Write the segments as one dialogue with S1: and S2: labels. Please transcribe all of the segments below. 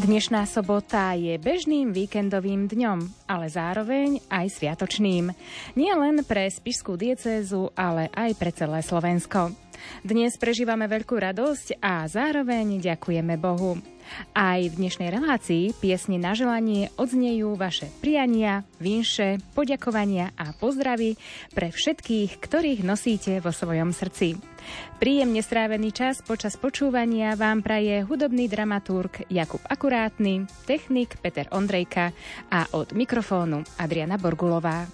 S1: Dnešná sobota je bežným víkendovým dňom, ale zároveň aj sviatočným. Nie len pre spišskú diecézu, ale aj pre celé Slovensko. Dnes prežívame veľkú radosť a zároveň ďakujeme Bohu. Aj v dnešnej relácii Piesne na želanie odznejú vaše priania, vinše, poďakovania a pozdravy pre všetkých, ktorých nosíte vo svojom srdci. Príjemne strávený čas počas počúvania vám praje hudobný dramaturg Jakub Akurátny, technik Peter Ondrejka a od mikrofónu Adriana Borgulová.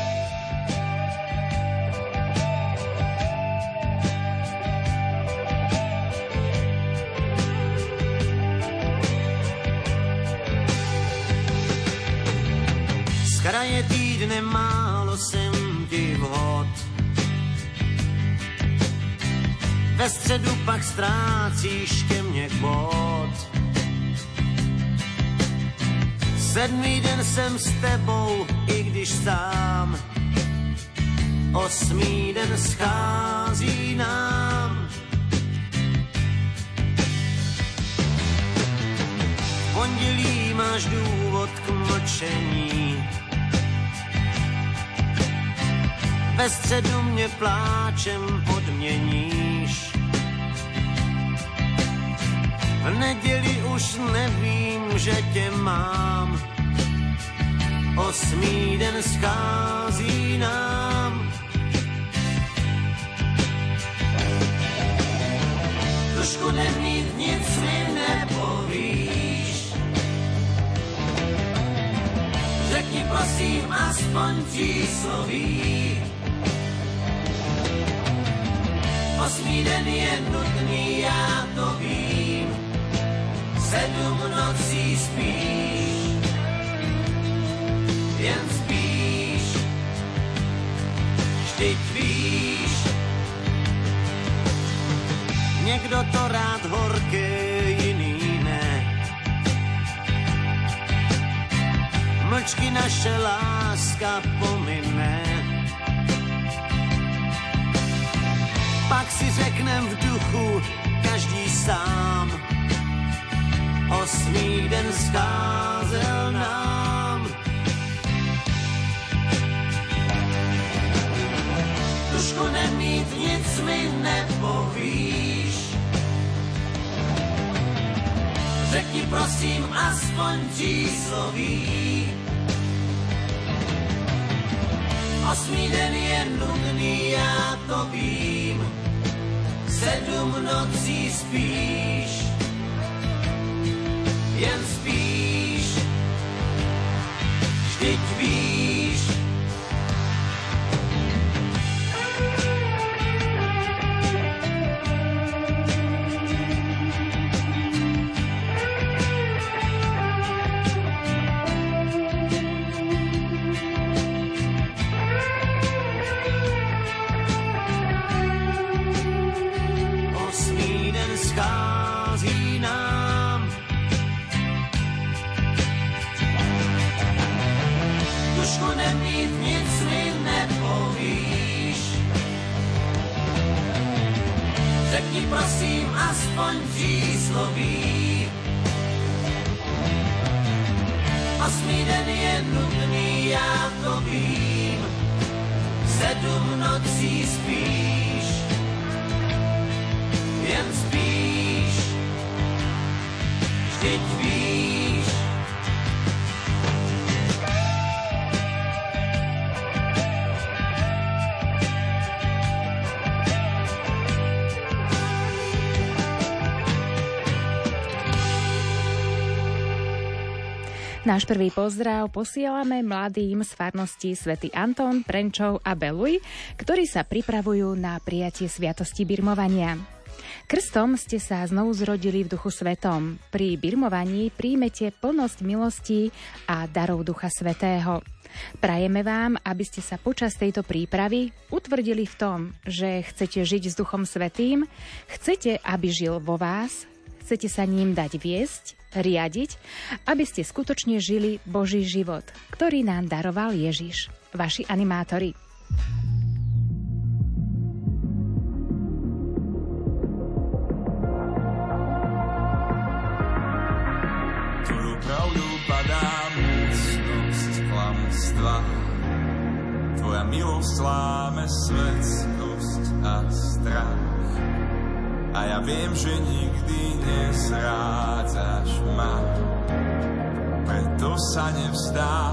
S2: Z kraje týdne málo jsem ti vhod, ve středu pak ztrácíš ke mně bod. 7. den jsem s tebou, i když sám, 8. den schází nám. V pondělí máš důvod k mlčení, ve středu mě pláčem odměníš. V neděli už nevím, že tě mám, 8. den schází nám. Trošku nemít, nic mi nepovíš, řekni prosím aspoň čísloví. 8. den je nutný, já to vím, 7 nocí spíš, jen spíš, vždyť víš. Někdo to rád horké, jiný ne, mlčky naše láska pomine. Pak si řeknem v duchu každý sám, 8. den scházel nám. Tušku nemít, nic mi nepovíš, řekni prosím aspoň čísloví. 8. den je nudný, já to vím, 7 nocí spíš, jen spíš, vždyť víš. Schází nám. Tušku nemít, nic mi nepovíš, řekni prosím aspoň čísloví. 8. den je nudný, já to vím, 7 nocí spíš, jen spíš, vždyť víš.
S1: Náš prvý pozdrav posielame mladým z farnosti Svätý Anton, Prenčov a Beluj, ktorí sa pripravujú na prijatie sviatosti birmovania. Krstom ste sa znovu zrodili v Duchu Svetom. Pri birmovaní príjmete plnosť milostí a darov Ducha Svätého. Prajeme vám, aby ste sa počas tejto prípravy utvrdili v tom, že chcete žiť s Duchom Svätým, chcete, aby žil vo vás, chcete sa ním dať viesť, riadiť, aby ste skutočne žili Boží život, ktorý nám daroval Ježiš. Vaši animátori.
S3: Tvoja milosť láme svetskosť a strach. A ja viem, že nikdy nezrádzaš ma, preto sa nevzdám.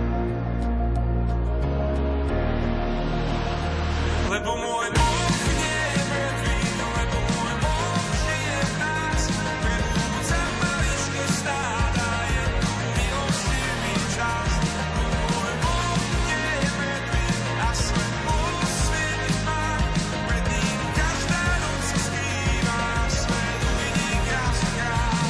S3: Lebo môj Boh nie je mŕtvý, lebo môj Boh žije v nás, predúca maličké stáda, je tu milostivý čas. Lebo môj Boh nie je mŕtvý a svet bol svieti tma, pred ním každá noc sa skrýva, svet uvidí krásu krás.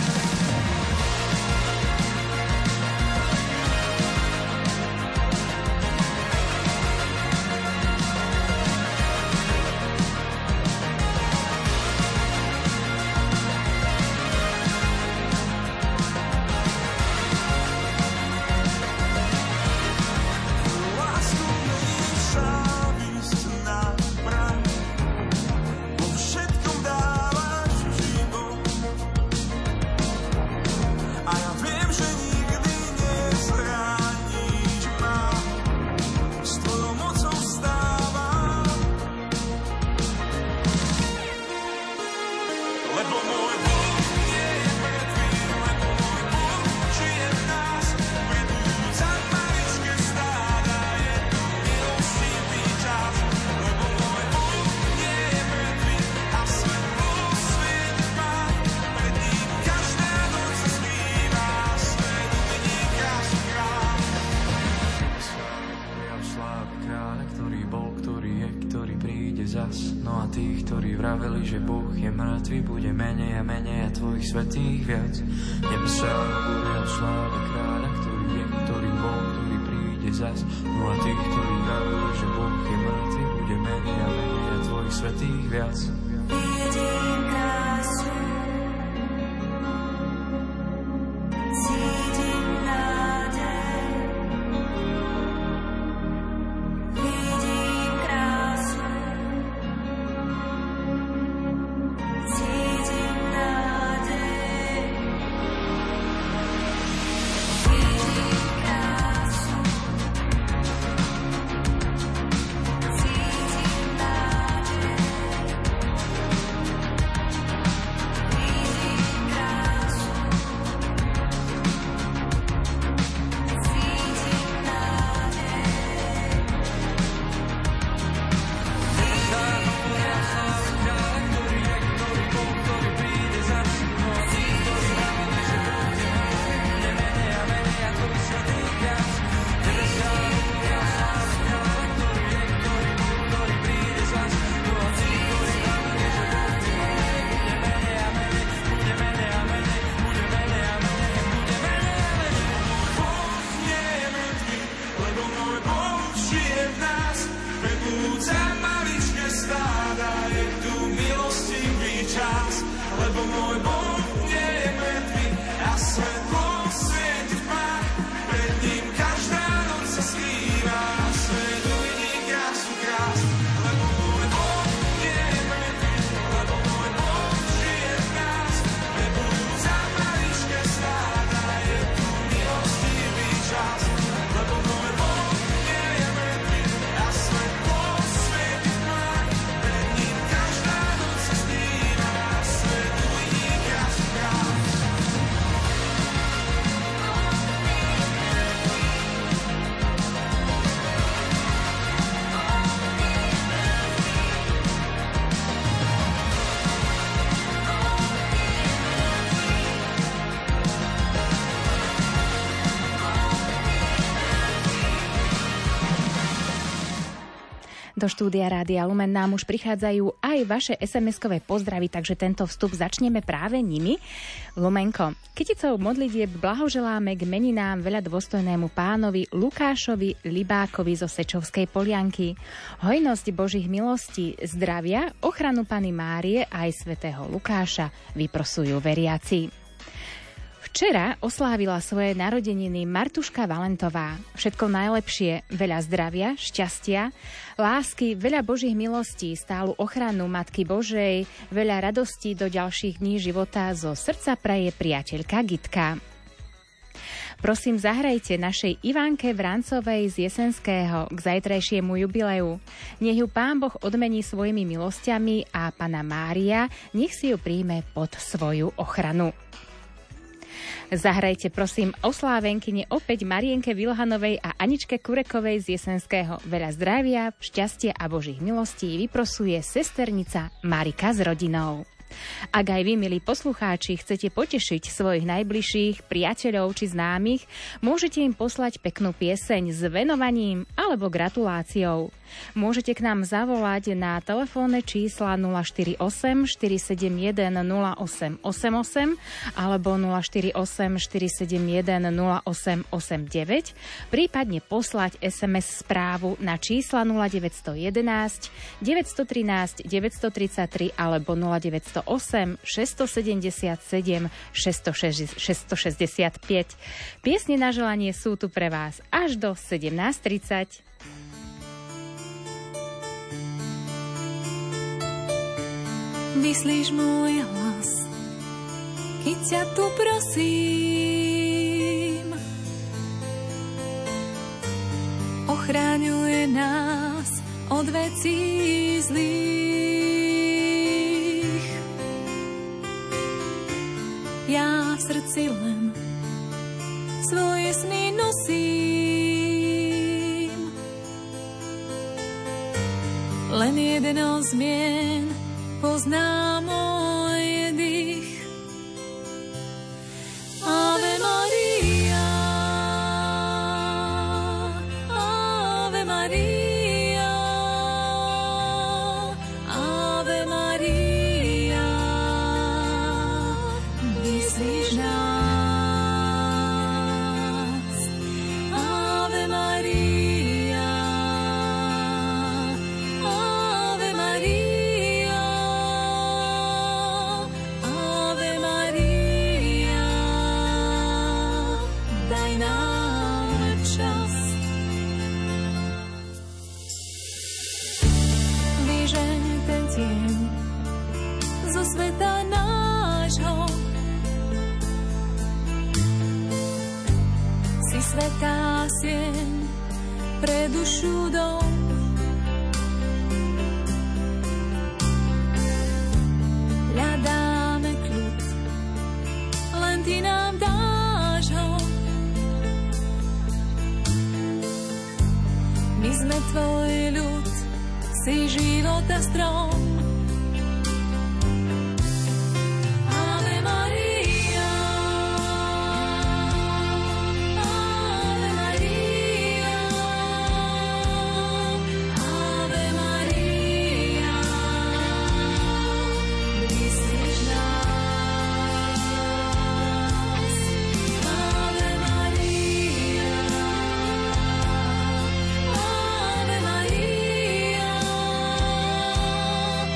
S3: Že Boh je mŕtvy, bude menej a menej a tvojich svätých viac. Nebesá bude sláva kráľa, ktorý je, ktorý bol, ktorý príde zas. No a tých, ktorí vravili, že Boh je mŕtvy, bude menej a menej a tvojich svätých viac. Vidím krásu, cítim nádej. Vidím krásu, cítim nádej. Vidím krásu, cítim nádej.
S1: Do štúdia Rádia Lumen nám už prichádzajú aj vaše SMS-kové pozdravy, takže tento vstup začneme práve nimi. Lumenko, kyticou modlitieb blahoželáme k meninám veľa dôstojnému pánovi Lukášovi Libákovi zo Sečovskej Polianky. Hojnosť Božích milostí, zdravia, ochranu Panny Márie a aj svätého Lukáša vyprosujú veriaci. Včera oslávila svoje narodeniny Martuška Valentová. Všetko najlepšie, veľa zdravia, šťastia, lásky, veľa Božích milostí, stálu ochranu Matky Božej, veľa radostí do ďalších dní života zo srdca praje priateľka Gitka. Prosím, zahrajte našej Ivánke Vrancovej z Jesenského k zajtrajšiemu jubileu. Nech ju Pán Boh odmení svojimi milosťami a Panna Mária nech si ju príjme pod svoju ochranu. Zahrajte prosím oslávenkyne opäť Marienke Vilhanovej a Aničke Kurekovej z Jesenského. Veľa zdravia, šťastia a Božích milostí vyprosuje sesternica Marika s rodinou. Ak aj vy, milí poslucháči, chcete potešiť svojich najbližších, priateľov či známych, môžete im poslať peknú pieseň s venovaním alebo gratuláciou. Môžete k nám zavolať na telefónne čísla 048 471 0888 alebo 048 471 0889, prípadne poslať SMS správu na čísla 0911 913 933 alebo 0908 677 665. Piesne na želanie sú tu pre vás až do 17:30.
S4: Vyslíš môj hlas, keď ťa tu prosím. Ochraňuje nás od vecí zlých. Ja v srdci len svoje sny nosím. Len jeden zmien pozná môj dých. Ave Maria, Ave Maria, Ave Maria, vyslíš nás. Ave Maria, Ave Maria, Ave Maria, daj nám čas. Vyžeň ten tieň zo sveta nášho. Si svätá sieň pre dušu dom. Hľadáme kľud, len ty nám dáš ho. My sme tvoj ľud, si života strom. Ave Maria, Ave Maria, Ave Maria, vyslíš nás. Ave Maria, Ave Maria,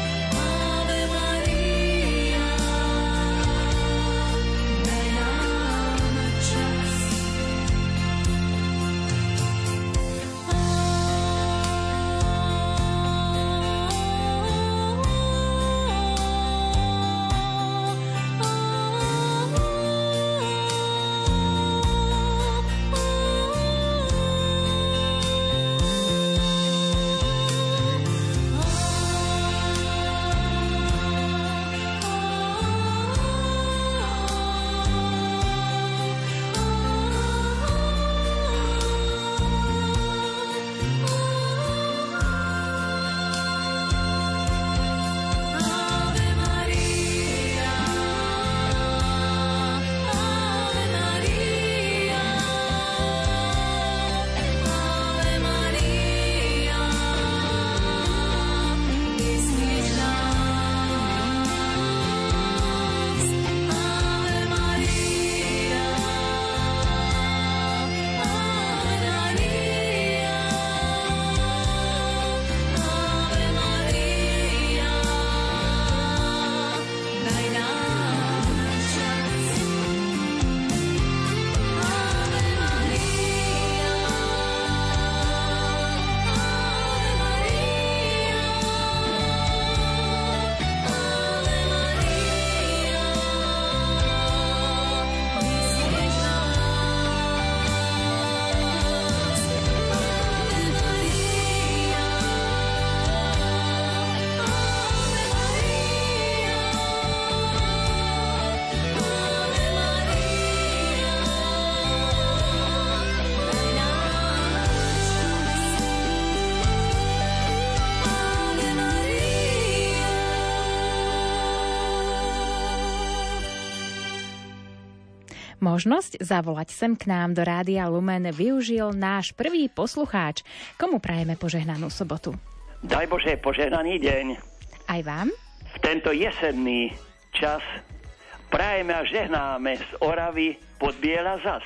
S1: Možnosť zavolať sem k nám do Rádia Lumen využil náš prvý poslucháč. Komu prajeme požehnanú sobotu?
S5: Daj Bože, požehnaný deň.
S1: Aj vám?
S5: V tento jesenný čas prajeme a žehnáme z Oravy Podbiela zas.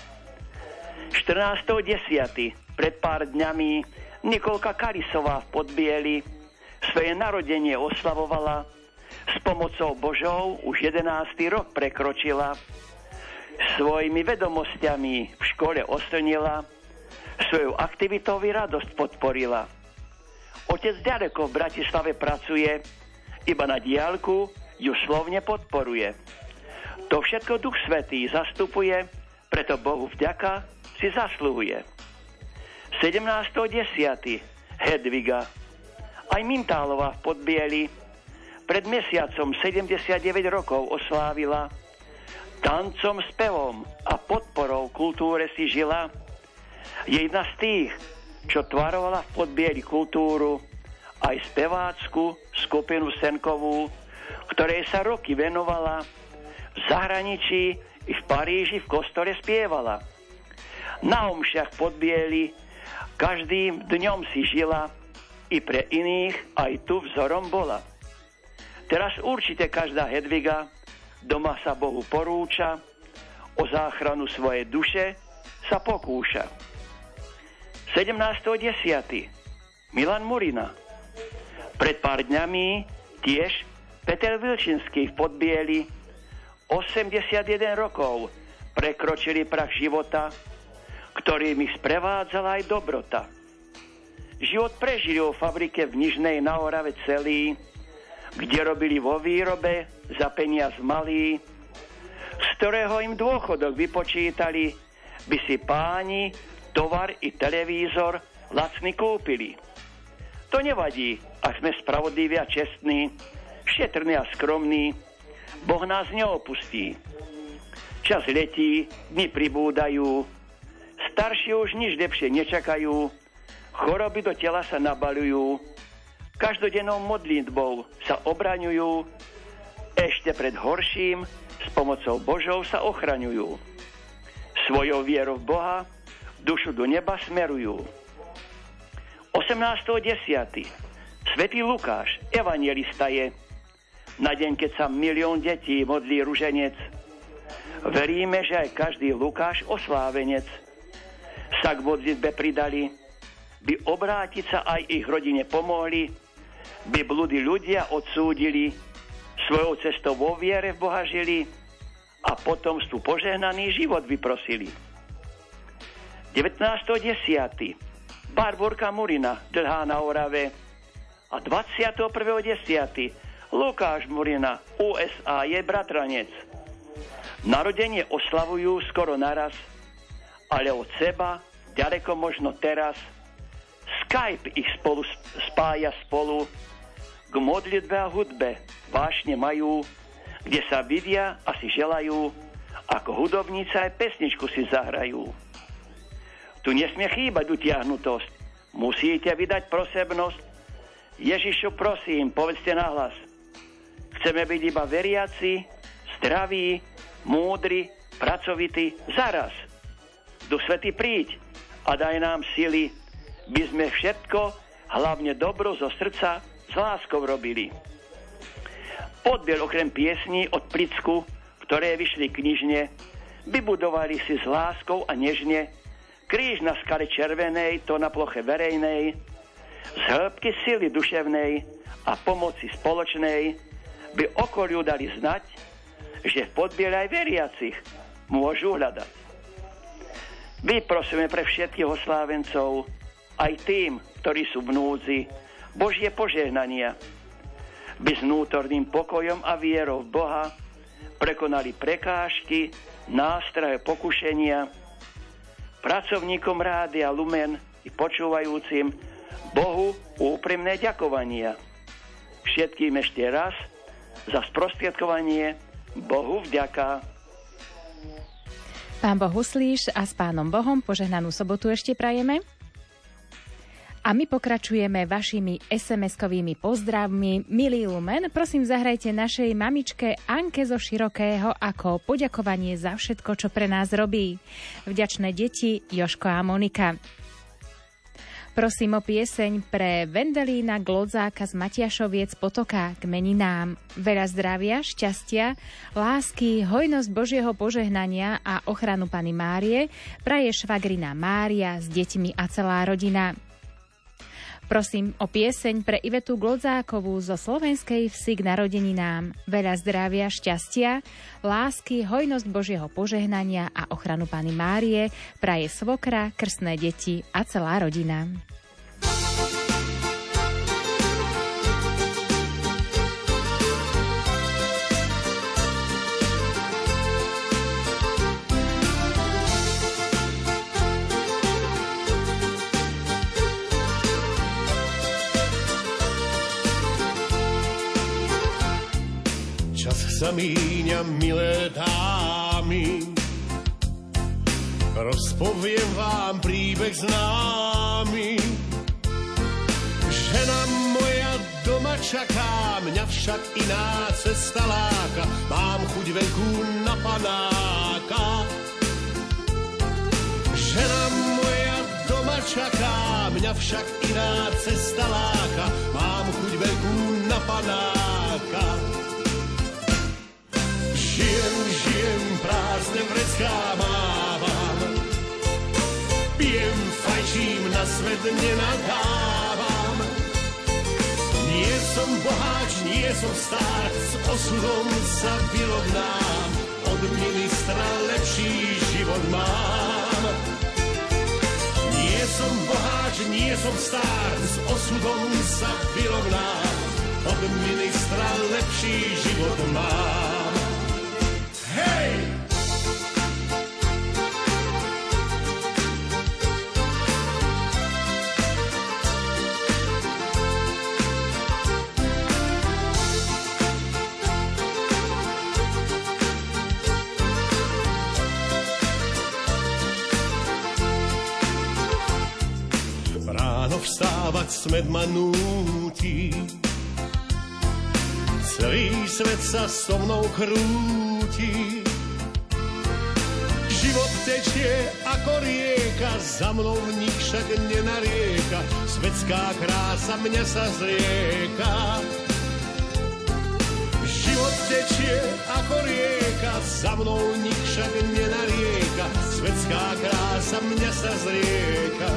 S5: 14.10. pred pár dňami Nikolka Karisová v Podbieli svoje narodenie oslavovala, s pomocou Božou už 11. rok prekročila, svojimi vedomosťami v škole oslnila, svojou aktivitou radosť podporila. Otec ďaleko v Bratislave pracuje, iba na diaľku ju slovne podporuje. To všetko Duch Svätý zastupuje, preto Bohu vďaka si zasluhuje. 17.10. Hedviga aj Mintálová v Podbieli pred mesiacom 79 rokov oslávila. Tancom, spevom a podporou kultúre si žila. Je jedna z tých, čo tvarovala v Podbieli kultúru, aj spevácku skupinu Senkovú, ktorej sa roky venovala. V zahraničí i v Paríži v kostole spievala. Na omšiach v Podbieli každým dňom si žila, i pre iných aj tu vzorom bola. Teraz určite každá Hedviga doma sa Bohu porúča, o záchranu svojej duše sa pokúša. 17.10. Milan Murina. Pred pár dňami tiež Peter Vilčinský v Podbieli 81 rokov prekročili prach života, ktorým ich sprevádzala aj dobrota. Život prežili vo fabrike v Nižnej na Orave celý, kde robili vo výrobe za peniaz malý, z ktorého im dôchodok vypočítali, by si páni tovar i televízor lacný kúpili. To nevadí, ak sme spravodliví a čestní, šetrní a skromní, Boh nás neopustí. Čas letí, dni pribúdajú, starší už nič lepšie nečakajú, choroby do tela sa nabaľujú, každodennou modlitbou sa obraňujú, ešte pred horším s pomocou Božou sa ochraňujú. Svojou vierou v Boha dušu do neba smerujú. 18.10. Svätý Lukáš, evanjelista je, na deň, keď sa 1 000 000 detí modlí ruženec. Veríme, že aj každý Lukáš oslávenec sa k modlitbe pridali, by obrátiť sa aj ich rodine pomohli, by blúdy ľudia odsúdili, svojou cestou vo viere v Boha žili a potomstvu požehnaný život vyprosili. 19.10. Barborka Murina, Dlhá na Orave, a 21.10. Lukáš Murina, USA, je bratranec. Narodenie oslavujú skoro naraz, ale od seba ďaleko možno teraz. Skype ich spája spolu, k modlitbe a hudbe vášne majú, kde sa vidia a si želajú, ako hudobníci aj pesničku si zahrajú. Tu nesmie chýbať utiahnutosť, musíte vydať prosebnosť. Ježišu, prosím, povedzte nahlas, chceme byť iba veriaci, zdraví, múdri, pracovití, zaraz. Duch Svätý, príď a daj nám sily, by sme všetko, hlavne dobro zo srdca, s láskou robili. Podbiel okrem piesní od Plicku, ktoré vyšli knižne, vybudovali si s láskou a nežne kríž na skale červenej, to na ploche verejnej, z hĺbky sily duševnej a pomoci spoločnej by okoliu dali znať, že v Podbiele aj veriacich môžu hľadať. Vyprosujeme pre všetkých oslávencov, aj tým, ktorí sú v núdzi, Božie požehnania, by s vnútorným pokojom a vierou v Boha prekonali prekážky, nástrahy, pokušenia. Pracovníkom Rádia Lumen i počúvajúcim Bohu úprimné ďakovania. Všetkým ešte raz za sprostredkovanie Bohu vďaka.
S1: Pán Boh uslíš a s Pánom Bohom požehnanú sobotu ešte prajeme. A my pokračujeme vašimi SMS-kovými pozdravmi. Milý Lumen, prosím zahrajte našej mamičke Anke zo Širokého ako poďakovanie za všetko, čo pre nás robí. Vďačné deti Joško a Monika. Prosím o pieseň pre Vendelína Glodzáka z Matiašoviec Potoka k meninám. Veľa zdravia, šťastia, lásky, hojnosť Božieho požehnania a ochranu Panny Márie praje švagrina Mária s deťmi a celá rodina. Prosím o pieseň pre Ivetu Glodzákovú zo Slovenskej Vsi k narodeninám. Veľa zdravia, šťastia, lásky, hojnosť Božieho požehnania a ochranu Panny Márie praje svokra, krstné deti a celá rodina.
S6: Sa míňa, milé dámy, rozpoviem vám príbeh známy. Žena moja doma čaká, mňa však iná cesta láka, mám chuť veľkú na panáka. Žena moja doma čaká, mňa však iná cesta láka, mám chuť veľkú na panáka. Žijem, prázdne vrecká mávam, pijem, fajčím, na svet nenadávam. Nie som boháč, nie som stár, s osudom sa vyrovnám, od ministra lepší život mám. Nie som boháč, nie som stár, s osudom sa vyrovnám, od ministra lepší život mám. Hej! Ráno vstávať smet ma núti, celý svet sa so mnou krúti. Život tečie ako rieka, za mnou v nich však nenarieka, svetská krása mňa sa zrieka. Život tečie ako rieka, za mnou v nich však nenarieka, svetská krása mňa sa zrieka.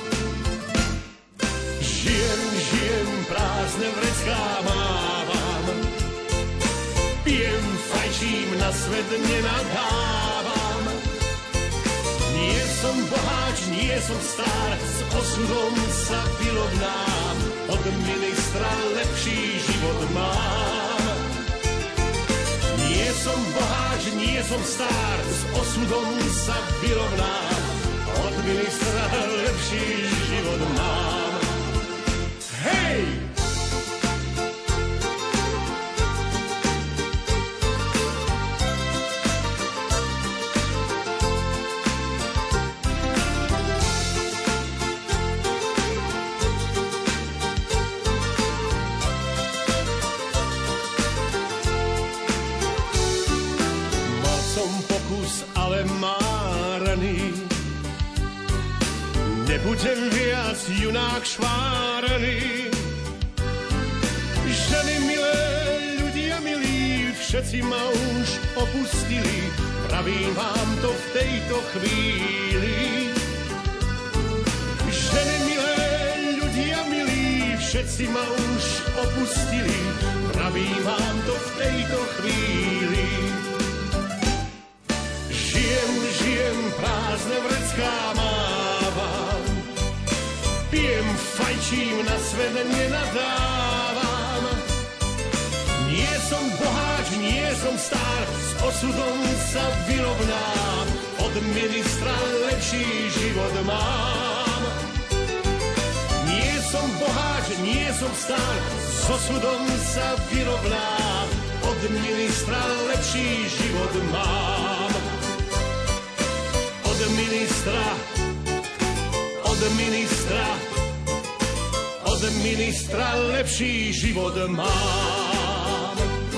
S6: Žijem, prázdne vrecká mávam, pijem, fajčím, na svet nenadávam. Nie som boháč, nie som stár, s osudom sa vyrovnám, od ministra lepší život mám. Nie som boháč, nie som stár, s osudom sa vyrovnám, od ministra lepší život mám. Hej! Ale máraný, nebudem viac junák šváraný. Ženy milé, ľudia milí, všetci ma už opustili, pravím vám to v tejto chvíli. Ženy milé, ľudia milí, všetci ma už opustili, pravím vám to v tejto chvíli. Žijem, prázdne vrecká mávam, pijem, fajčím, na svet nenadávam. Nie som boháč, nie som stár, s osudom sa vyrovnám, od ministra lepší život mám. Nie som boháč, nie som stár, s osudom sa vyrovnám, od ministra lepší život mám. Od ministra od ministra lepší život mám.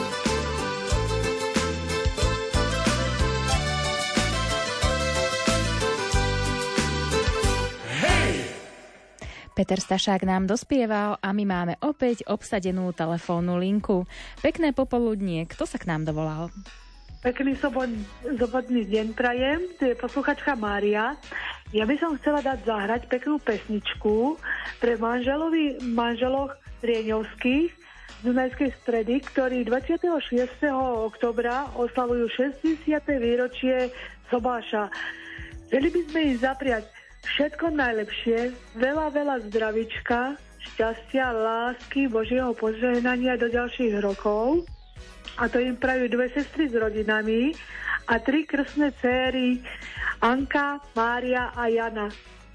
S6: Hej!
S1: Peter Stašák nám dospieval a my máme opäť obsadenú telefónnu linku. Pekné popoludnie, kto sa k nám dovolal?
S7: Pekný sobotný deň prajem, tu je posluchačka Mária. Ja by som chcela dať zahrať peknú pesničku pre manželov Rieňovských z Dunajskej Stredy, ktorí 26. oktobra oslavujú 60. výročie sobáša. Chceli by sme im zapriať všetko najlepšie, veľa zdravička, šťastia, lásky, Božieho požehnania do ďalších rokov. A to im prajú 2 sestry s rodinami a 3 krstné céry Anka, Mária a Jana.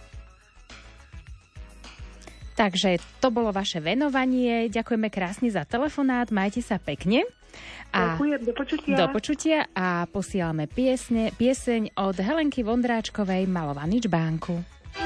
S1: Takže to bolo vaše venovanie. Ďakujeme krásne za telefonát. Majte sa pekne. A
S7: Ďakujem, do počutia.
S1: Do počutia a posielame pieseň od Helenky Vondráčkovej Malovaný čbánku.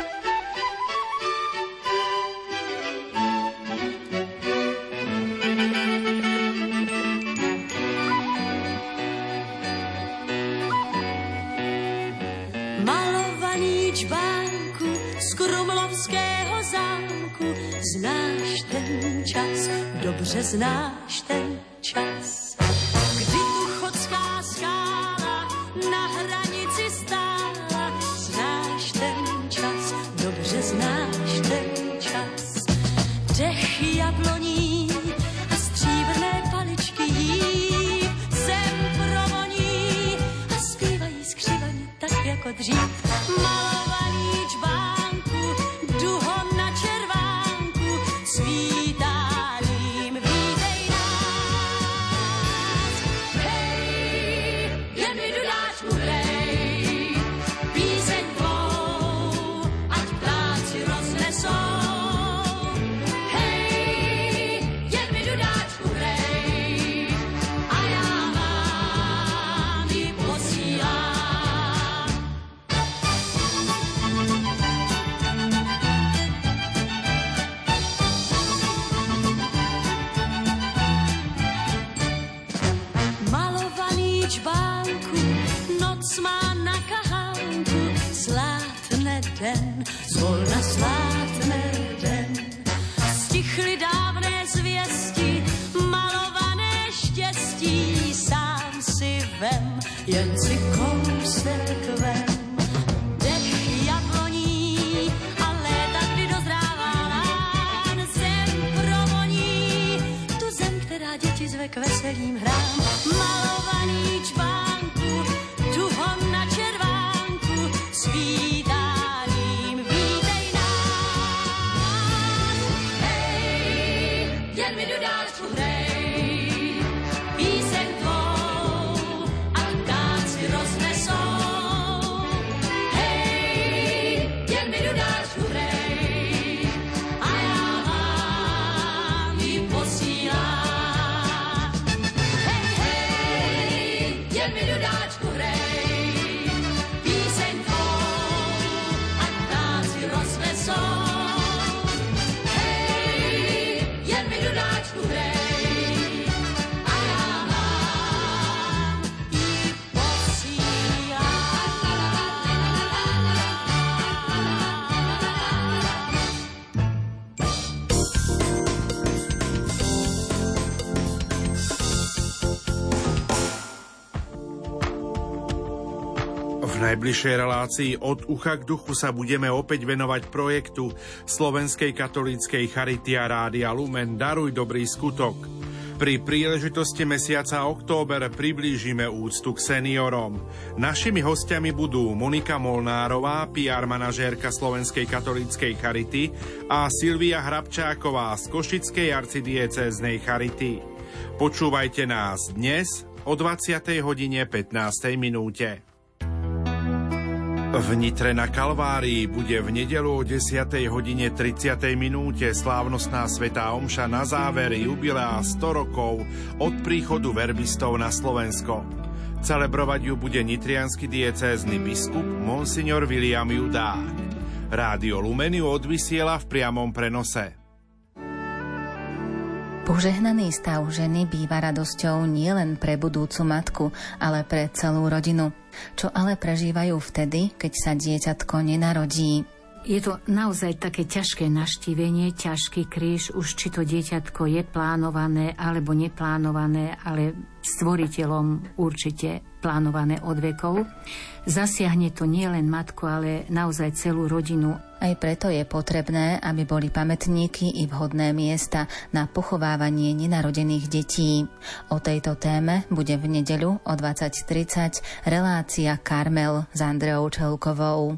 S4: Malovaný čbánku z Krumlovského zámku, znáš ten čas, dobře znáš ten čas, kdy tu chodská skála na hranici stála, znáš ten čas, dobře znáš ten čas, dech jabloní a stříbrné paličky jí zem provoní a zpívají skřivaní tak jako dřív. Malovaný čbánku, duho na červánku, svítáním vítej nás. Hej, jen mi dudáčku hrej, píseň tvou, ať ptáci roznesou. Hej, jen mi dudáčku hrej, a já vám ji posílám. Malovaný čbánku, noc má na kahánku, zlátne den, zvolna zlátne den. Stichly dávné zvěsti, malované štěstí, sám si vem, jen si kousek vem. Dech jabloní a léta, kdy dozrává lán, zem provoní, tu zem, která děti zve k veselým hrám. Malovaný čbánku, duho na červánku, svítáním vítej nás. Hej, jen mi dudáčku hrej, píseň tvou, ať ptáci roznesou. Hej, jen mi dudáčku hrej, a já vám ji posílám. Hej, hej, jen mi dudáčku hrej, píseň tvou, ať ptáci roznesou. Hej, jen mi dudáčku hrej, a já vám ji posílám.
S8: V najbližšej relácii Od ucha k duchu sa budeme opäť venovať projektu Slovenskej katolíckej charity a Rádia Lumen Daruj dobrý skutok. Pri príležitosti mesiaca október priblížime úctu k seniorom. Našimi hostiami budú Monika Molnárová, PR manažérka Slovenskej katolíckej charity, a Silvia Hrabčáková z Košickej arcidiecéznej charity. Počúvajte nás dnes o 20:15. V Nitre na Kalvárii bude v nedeľu o 10:30 slávnostná svätá omša na záver jubilea 100 rokov od príchodu verbistov na Slovensko. Celebrovať ju bude nitriansky diecézny biskup Monsignor William Judák. Rádio Lumen ju odvysiela v priamom prenose.
S9: Požehnaný stav ženy býva radosťou nielen pre budúcu matku, ale pre celú rodinu. Čo ale prežívajú vtedy, keď sa dieťatko nenarodí?
S10: Je to naozaj také ťažké navštívenie, ťažký kríž, už či to dieťatko je plánované alebo neplánované, ale stvoriteľom určite plánované od vekov. Zasiahne to nielen matku, ale naozaj celú rodinu.
S9: Aj preto je potrebné, aby boli pamätníky i vhodné miesta na pochovávanie nenarodených detí. O tejto téme bude v nedeľu o 20:30 relácia Karmel s Andreou Čelkovou.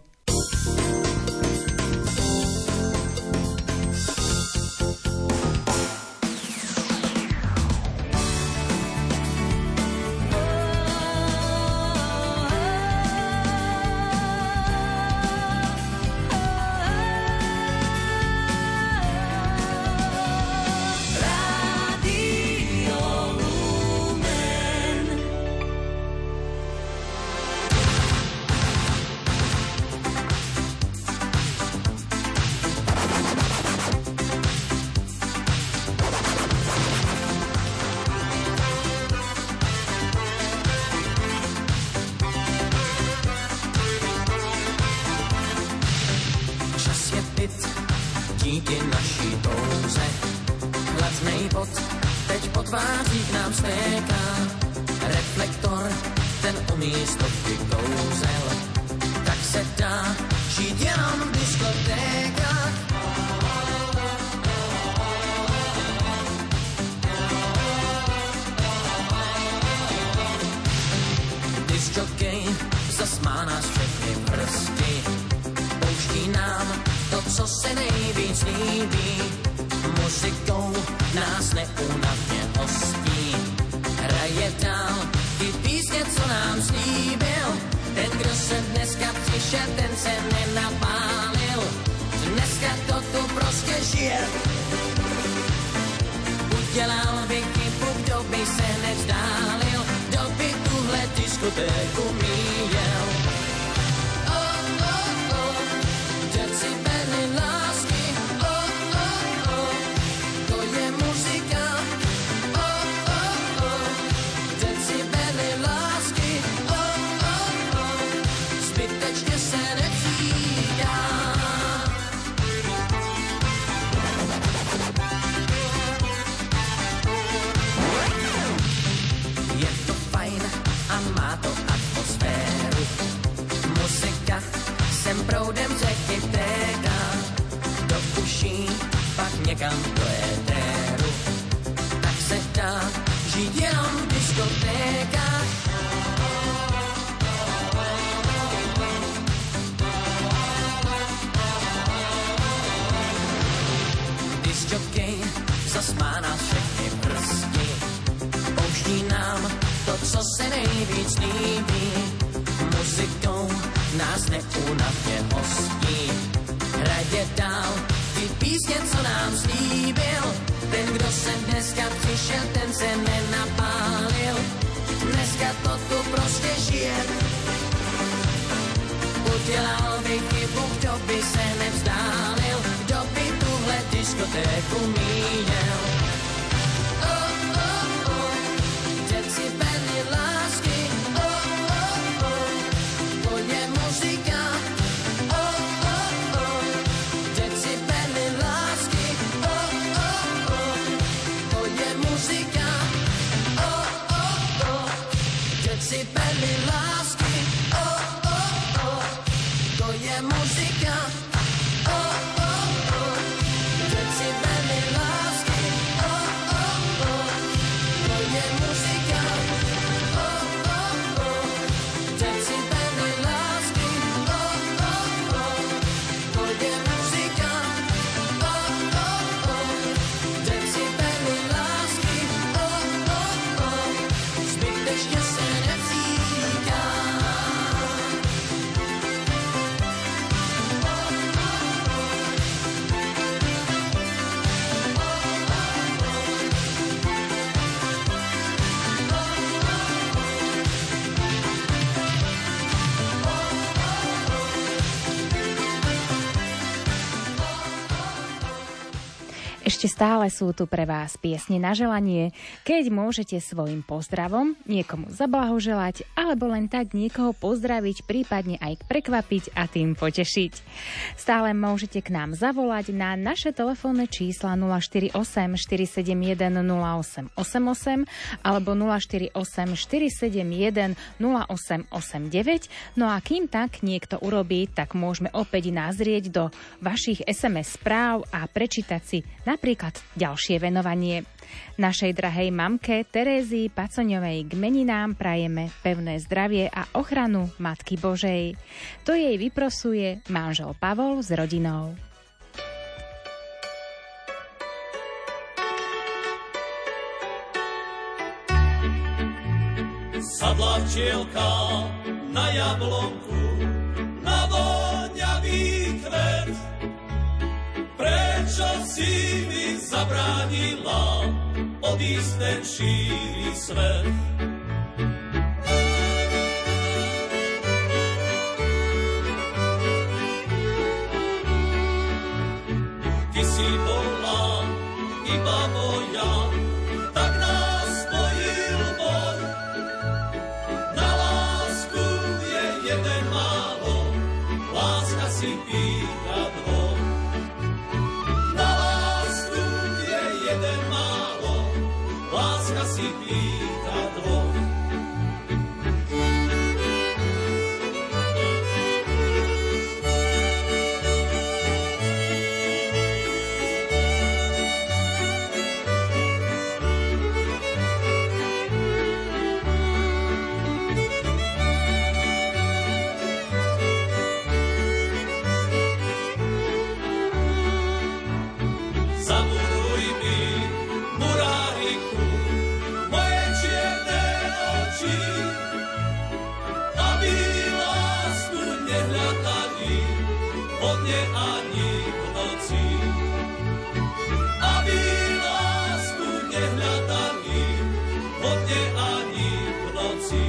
S2: díky naší touze. Hladnej bod teď po tvářích nám stéká, reflektor, ten umí stovky kouzel. Tak se dá žít jenom v diskotékách. Disjokej zasmá nás všechny prsty, pouští nám to, co se nejvíc líbí. Muzikou nás neúnavně hostí, hraje dál ty písně, co nám slíbil. Ten, kdo se dneska přišel, ten se nenapálil. Dneska to tu prostě žije. Udělal by chybu, kdo by se nevzdálil, kdo by tuhle diskotéku míjel. Decibely lásky, to je muzika. Decibely lásky, zbytečně se nepřijítá. Je to fajn a má to atmosféru. Muzika sem proudem řeky téká do uší, pak někam do éteru. Tak se dá žít jenom v diskotékách. Disjokej zasmá nás všechny prsti, pouští nám to, co se nejvíc líbí. Muzikou nás neúnavně hostí, hraje dál ty písně, co nám slíbil. Ten, kdo se dneska přišel, ten se nenapálil. Dneska to tu prostě žije. Udělal by chybu, kdo by se nevzdálil, kdo by tuhle diskotéku míjel. Decibely lásky, to je muzika. Decibely lásky, to je muzika. Decibely lásky, to je muzika. Decibely lásky,
S1: Ešte stále sú tu pre vás piesne na želanie, keď môžete svojim pozdravom niekomu zablahoželať alebo len tak niekoho pozdraviť, prípadne aj prekvapiť a tým potešiť. Stále môžete k nám zavolať na naše telefónne čísla 048 471 0888 alebo 048 471 0889. No a kým tak niekto urobí, tak môžeme opäť nazrieť do vašich SMS správ a prečítať si napríklad ďalšie venovanie. Našej drahej mamke Terézii Pacoňovej k meninám prajeme pevné zdravie a ochranu Matky Božej. To jej vyprosuje manžel Pavol s rodinou.
S11: Sadla včielka na jablonku, na voňavý kvet. Prečo si mi zabránila odísť ten šíry svet? Ty si bola iba moja, tak nás spojil boj. Na lásku je jeden málo, láska si pýta dvoch. Na lásku je jeden málo, láska si pýta dvoch. Zamuruj mi muráriku, moje čierne oči, aby lásku nehľadali vo dne ani v noci. Aby lásku nehľadali vo dne ani v noci.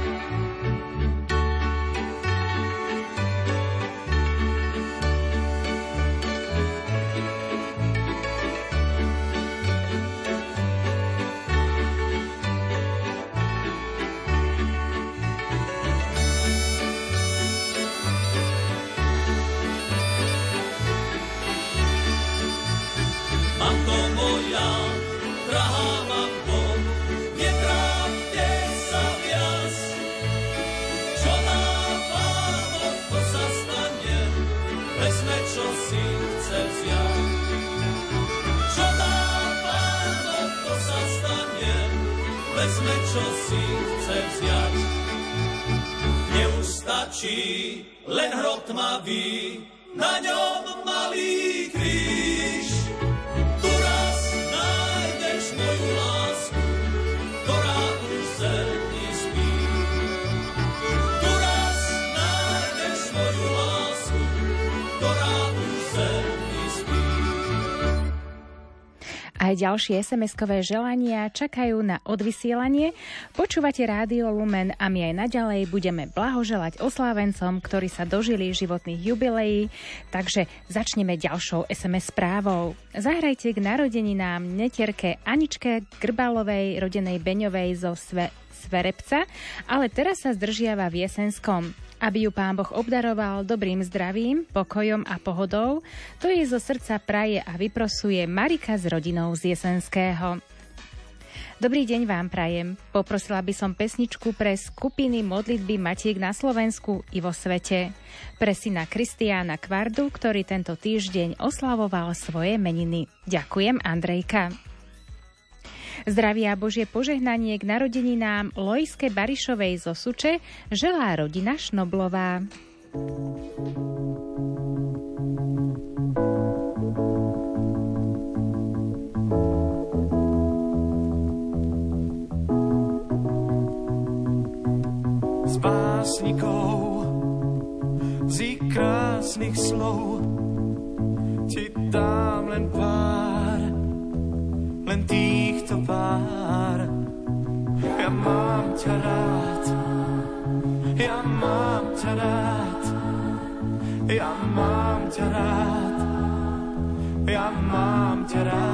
S11: Mamko moja, drahá mamko, netrápte sa viac. Čo nám Páno, to sa stane, vezme, čo si chce vziať. Čo nám Páno, to sa stane, vezme, čo si chce vziať. Neustačí len hrob tmavý, na ňom malý kríž. Tu raz nájdeš moju lásku, ktorá už zemi spí. Tu raz nájdeš moju lásku, ktorá už zemi spí.
S1: Aj ďalšie SMS-kové želania čakajú na odvysielanie. Počúvate Rádio Lumen a my aj naďalej budeme blahoželať oslávencom, ktorí sa dožili životných jubileí. Takže začneme ďalšou SMS správou. Zahrajte k narodeninám netierke Aničke Grbalovej, rodenej Beňovej zo Sverepca, ale teraz sa zdržiava v Jesenskom. Aby ju Pán Boh obdaroval dobrým zdravím, pokojom a pohodou, to jej zo srdca praje a vyprosuje Marika s rodinou z Jesenského. Dobrý deň vám prajem. Poprosila by som pesničku pre skupiny modlitby Matiek na Slovensku i vo svete. Pre syna Kristiána Kvardu, ktorý tento týždeň oslavoval svoje meniny. Ďakujem, Andrejka. Zdravia Božie požehnanie k narodeninám Lojske Barišovej zo Suče želá rodina Šnoblová.
S3: Z básnikov, z ich krásnych slov ti dám len pár, len týchto pár. Ja mám ťa rád, ja mám ťa rád, ja mám ťa rád, ja mám ťa rád.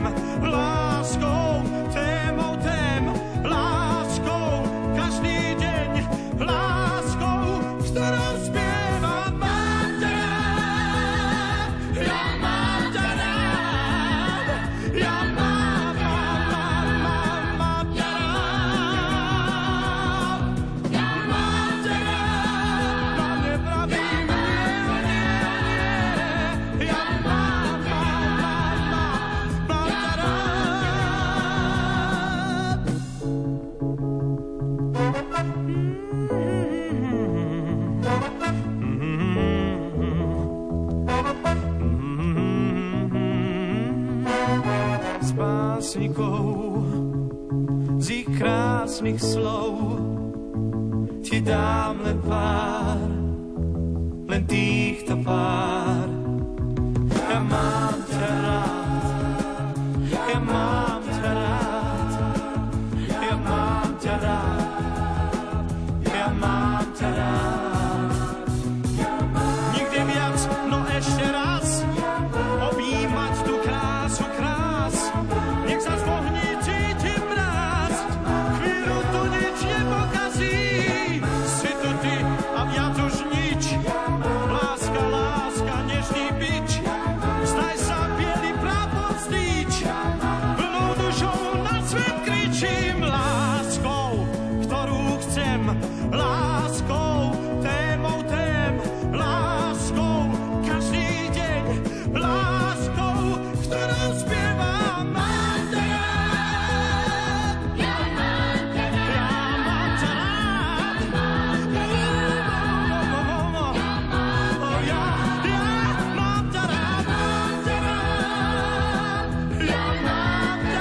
S6: láskou, témou tém, láskou, každý deň, láskou, s ktorou spievam, mám ťa rád, ja mám ťa rád, ja mám ťa rád, ja mám ťa rád, mám nepravím, ja mám ťa rád. S básnikou, z ich krásnych slov ti dám len pár, len týchto pár. Ja mám ťa rád, ja mám ťa rád, ja mám ťa rád, ja mám ťa rád. Nikdy viac, no ešte raz, objímať tú krásu krás. Nech sa zvohní, cítim mráz, chvíľu tu nič nepokazí. Si tu ty a viac už nič, láska, láska, nežný bič. Zdaj sa bielý prápor vzdíč, plnou dušou na svet kričím. Láskou, ktorú chcem, láskou, témou tém, láskou, každý deň, láskou, ktorou spievam. Mám ťa rád, ja mám ťa rád, ja mám ťa rád, ja mám ťa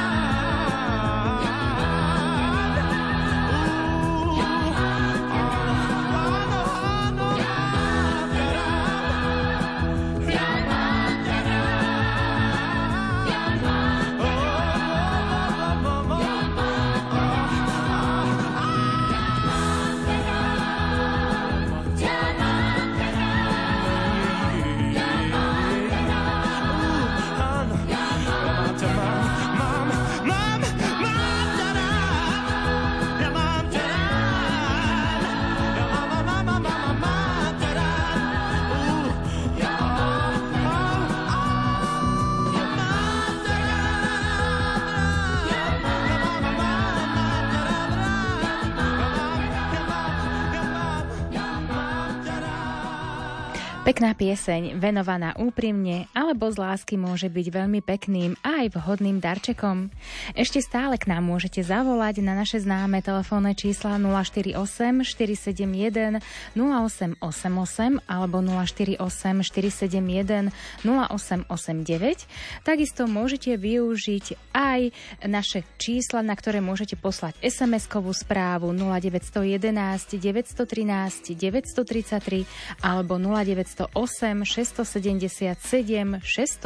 S1: Pekná pieseň, venovaná úprimne alebo z lásky, môže byť veľmi pekným a aj vhodným darčekom. Ešte stále k nám môžete zavolať na naše známe telefónne čísla 048 471 0888 alebo 048 471 0889. Takisto môžete využiť aj naše čísla, na ktoré môžete poslať SMS-kovú správu 0911 913 933 alebo 0908 677 665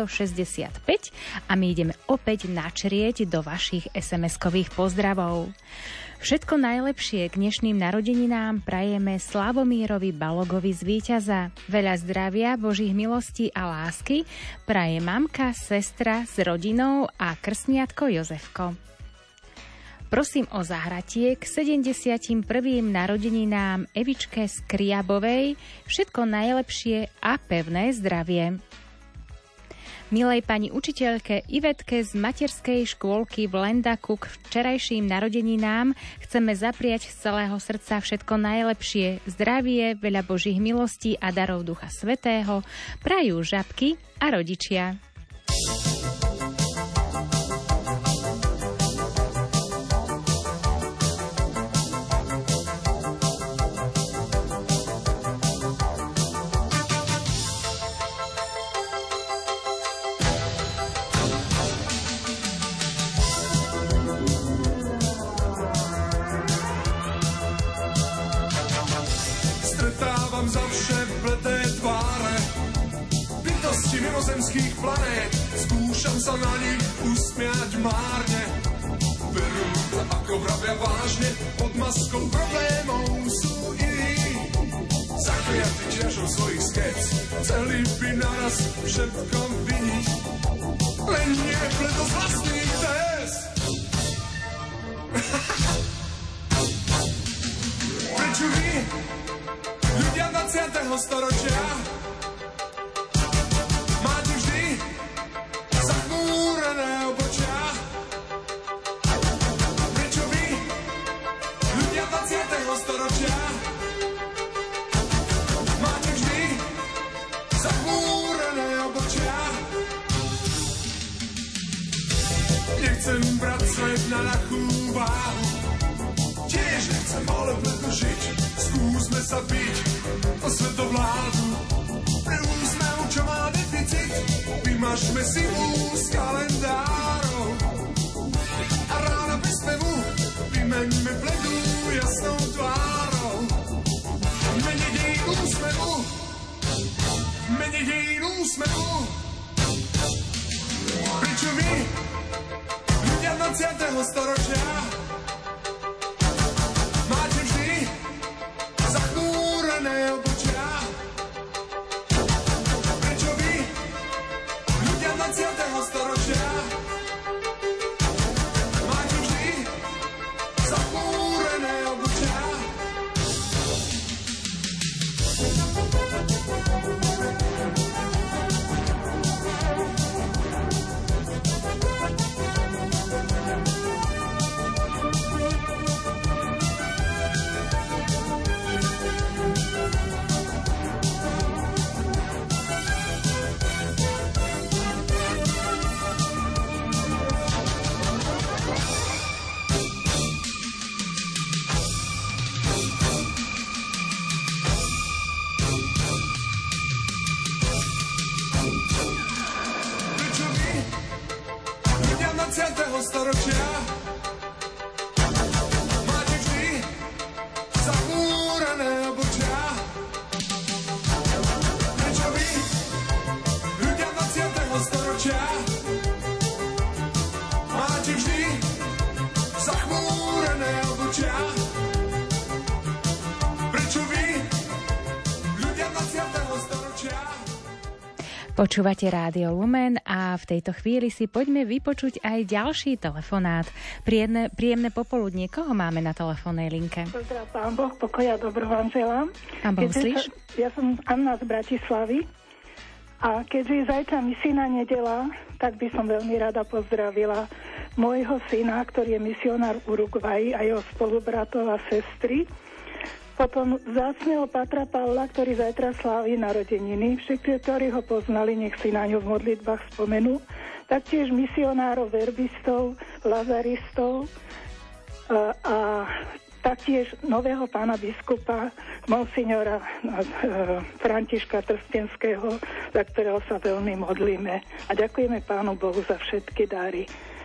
S1: a my ideme opäť načrieť do vašich SMS-kových pozdravov. Všetko najlepšie k dnešným narodeninám prajeme Slavomírovi Balogovi z Víťaza. Veľa zdravia, Božích milostí a lásky praje mamka, sestra s rodinou a krstniatko Jozefko. Prosím o zahratie k 71. narodeninám Evičke Skriabovej. Všetko najlepšie a pevné zdravie. Milej pani učiteľke Ivetke z materskej škôlky v Lendaku k včerajším narodeninám chceme zapriať z celého srdca všetko najlepšie. Zdravie, veľa Božích milostí a darov Ducha Svätého prajú žabky a rodičia.
S6: Mimozemských planét, skúšam sa na nich usmiať márne. Berú to ako vravia vážne, pod maskou problémov sú iní. Zakliatí ťažou svojich skec, chceli by naraz všetko viniť. len nie pleto z vlastných tez. Prečo vy, ľudia 20. storočia, máte vždy zachmúrené obočia? Prečo vy, ľudia 20. storočia, máte vždy zachmúrené obočia? Nechcem brať svet na ľahkú váhu, tiež nechcem ale preto žiť. Skúsme sa byť o svetovládu, pre úsmev, čo má deficit. Vymažme si z kalendárov a rána bez spevu vymeňme bledu jasnou tvárou. Mene dejín úsmevu, mene dejín úsmevu. Prečo vy, ľudia 20. storočia, máte vždy zachmúrené obočia? Prečo vy, ľudia 20. storočia, máte vždy zachmúrené obočia? Storočia, máte vždy zachmúrené obočia? Prečo vy, ľudia 20. storočia, máte vždy zachmúrené obočia? Prečo vy, ľudia 20. storočia?
S1: Počúvate Rádio Lumen a v tejto chvíli si poďme vypočuť aj ďalší telefonát. Príjemné popoludnie. Koho máme na telefónnej linke?
S12: Pozdrav, Pán Boh, pokoja, dobro vám želám.
S1: Pán Boh, slíš?
S12: Ja som Anna z Bratislavy a keďže je zajtra misijná nedela, tak by som veľmi rada pozdravila môjho syna, ktorý je misionár v Uruguayi a jeho spolubratov a sestry. Potom vzácneho Patra Pavla, ktorý zajtra slávi narodeniny. Všetci, ktorí ho poznali, nech si na ňu v modlitbách spomenú. Taktiež misionárov, verbistov, lazaristov a taktiež nového pána biskupa, monsignora Františka Trstenského, za ktorého sa veľmi modlíme. A ďakujeme Pánu Bohu za všetky dary.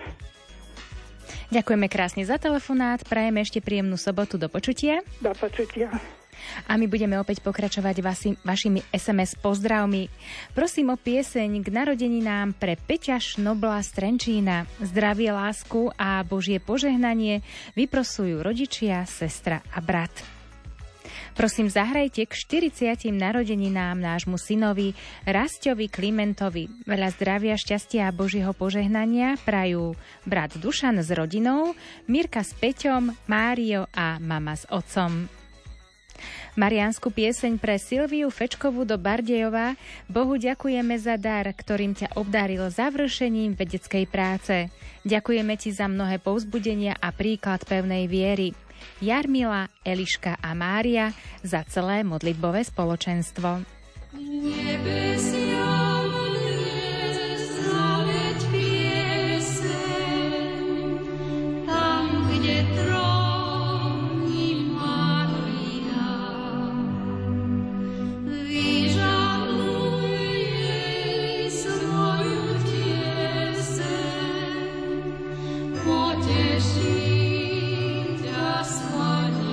S1: Ďakujeme krásne za telefonát, prajeme ešte príjemnú sobotu, do počutia.
S12: Do počutia.
S1: A my budeme opäť pokračovať vašimi SMS pozdravmi. Prosím o pieseň k narodeninám pre Peťa Šnobla z Trenčína. Zdravie, lásku a Božie požehnanie vyprosujú rodičia, sestra a brat. Prosím, zahrajte k 40. narodeninám nášmu synovi Rasťovi Klimentovi. Veľa zdravia, šťastia a Božieho požehnania prajú brat Dušan s rodinou, Mirka s Peťom, Mário a mama s otcom. Mariánsku pieseň pre Silviu Fečkovú do Bardejova. Bohu ďakujeme za dar, ktorým ťa obdaril završením vedeckej práce. Ďakujeme ti za mnohé povzbudenia a príklad pevnej viery. Jarmila, Eliška a Mária za celé modlitbové spoločenstvo.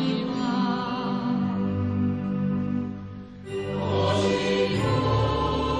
S13: Oh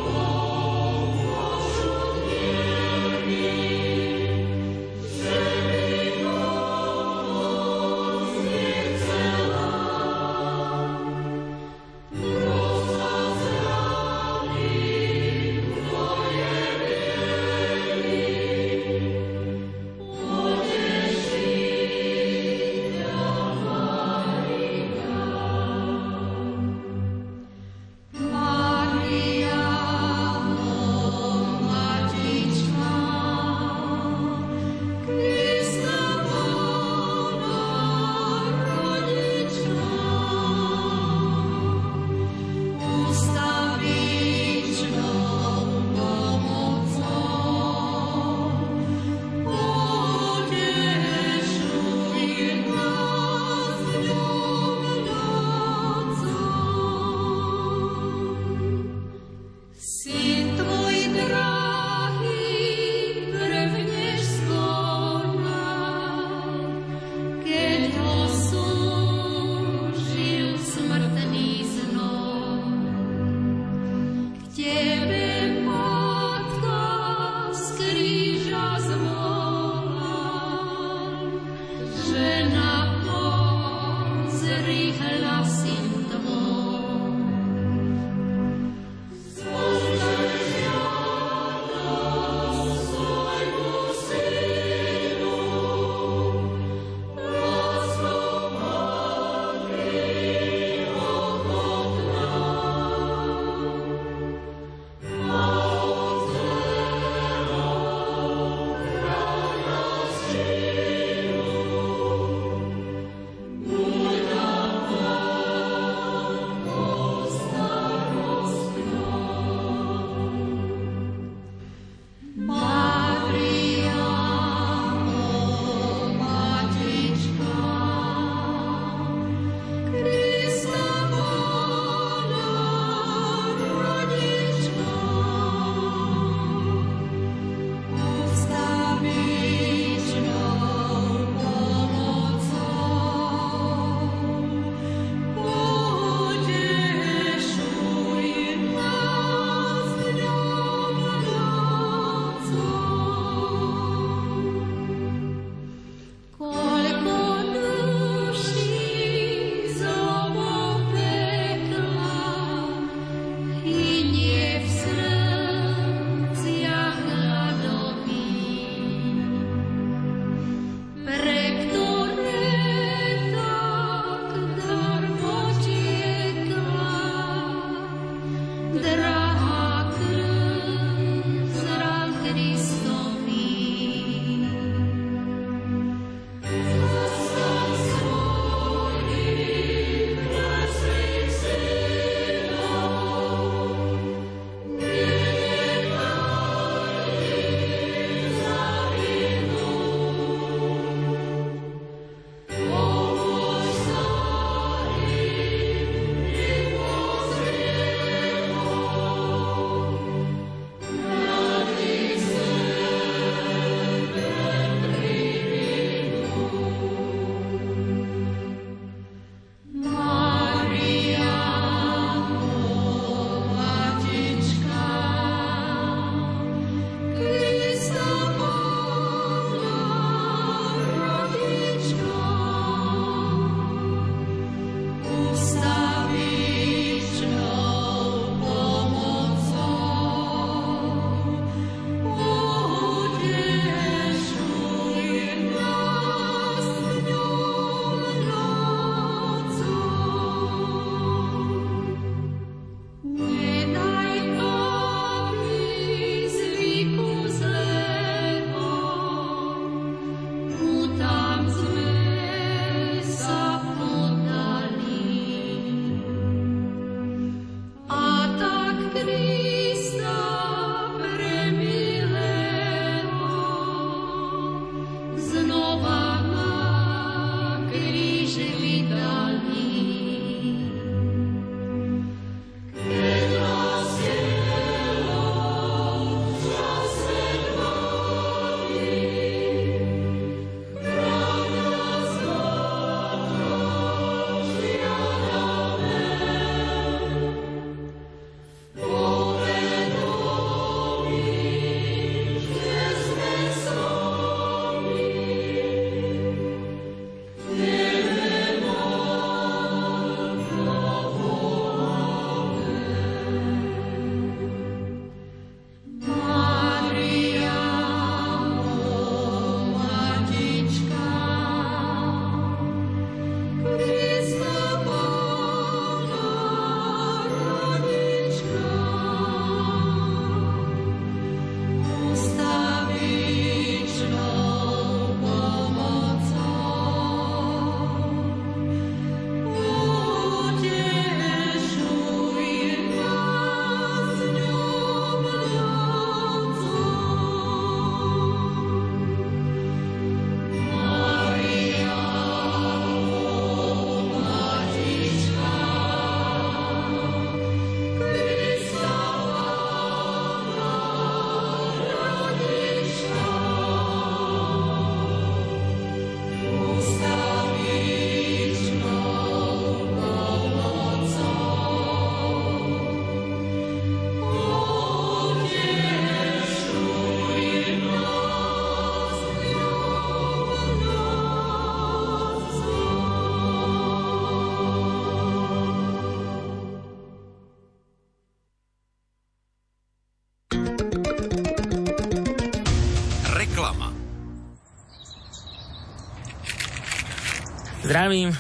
S13: Zdravím.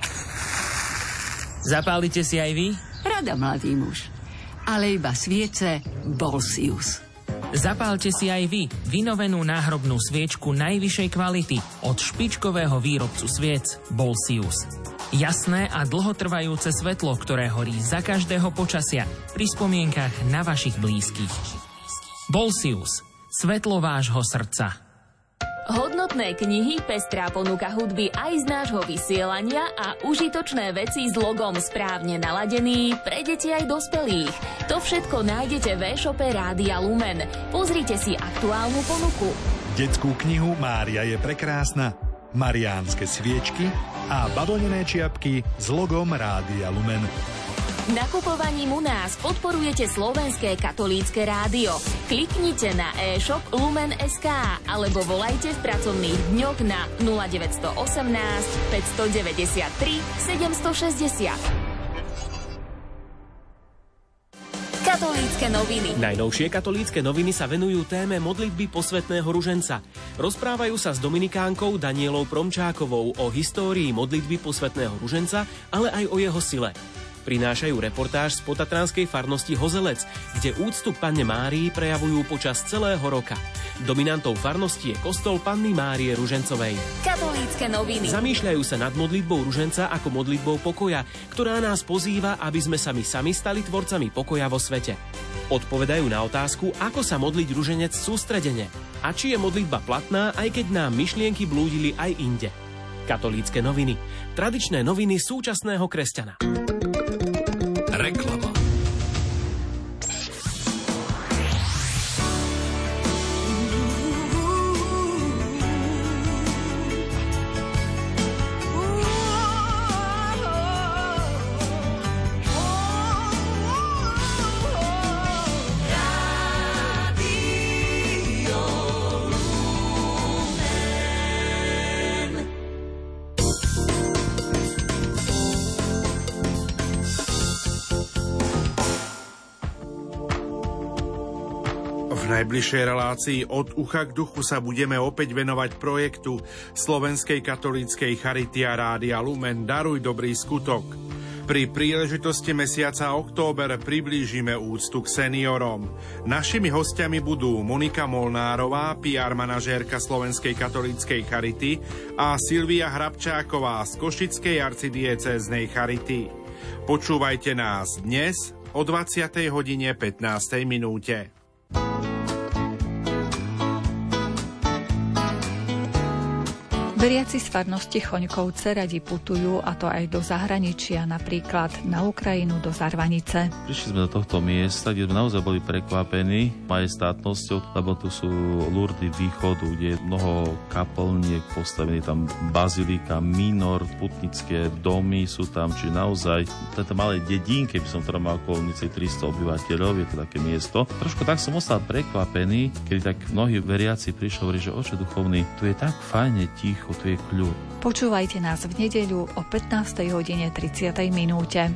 S13: Zapálite si aj vy?
S14: Rada, mladý muž. Ale iba sviece Bolsius.
S13: Zapálte si aj vy vynovenú náhrobnú sviečku najvyššej kvality od špičkového výrobcu sviec Bolsius. Jasné a dlhotrvajúce svetlo, ktoré horí za každého počasia pri spomienkach na vašich blízkych. Bolsius. Svetlo vášho srdca.
S15: Hodnotné knihy, pestrá ponuka hudby aj z nášho vysielania a užitočné veci s logom Správne naladený pre deti aj dospelých. To všetko nájdete v e-shope Rádia Lumen. Pozrite si aktuálnu ponuku.
S16: Detskú knihu Mária je prekrásna, mariánske sviečky a bavlnené čiapky s logom Rádia Lumen.
S15: Nakupovaním u nás podporujete Slovenské katolícke rádio. Kliknite na e-shop Lumen.sk alebo volajte v pracovných dňoch na 0918 593 760. Katolícke noviny.
S17: Najnovšie katolícke noviny sa venujú téme modlitby posvätného ruženca. Rozprávajú sa s dominikánkou Danielou Promčákovou o histórii modlitby posvätného ruženca, ale aj o jeho sile. Prinášajú reportáž z potatranskej farnosti Hozelec, kde úctu k Panne Márii prejavujú počas celého roka. Dominantou farnosti je kostol Panny Márie Ružencovej.
S15: Katolícke noviny.
S17: Zamýšľajú sa nad modlitbou ruženca ako modlitbou pokoja, ktorá nás pozýva, aby sme sa my sami stali tvorcami pokoja vo svete. Odpovedajú na otázku, ako sa modliť ruženec sústredene a či je modlitba platná, aj keď nám myšlienky blúdili aj inde. Katolícke noviny. Tradičné noviny súčasného kresťana.
S16: Reklama.
S8: V najbližšej relácii Od ucha k duchu sa budeme opäť venovať projektu Slovenskej katolíckej Charity a Rádia Lumen Daruj dobrý skutok. Pri príležitosti mesiaca október priblížime úctu k seniorom. Našimi hostiami budú Monika Molnárová, PR manažérka Slovenskej katolíckej Charity a Silvia Hrabčáková z Košickej arcidiecéznej Charity. Počúvajte nás dnes o 20:15.
S18: Veriaci z farnosti Choňkovce radi putujú, a to aj do zahraničia, napríklad na Ukrajinu, do Zarvanice.
S19: Prišli sme do tohto miesta, kde sme naozaj boli prekvapení majestátnosťou, lebo tu sú Lurdy východu, kde je mnoho kaplniek postavených, tam bazilika, minor, putnické domy sú tam, čiže naozaj tejto malej dedinke, by som teda mal okolo 300 obyvateľov, je to také miesto. Trošku tak som ostal prekvapený, keď tak mnohí veriaci prišli hovoriť, že oče duchovný, tu je tak fajne ticho, tu je kľud.
S18: Počúvajte nás v nedeľu o 15:30.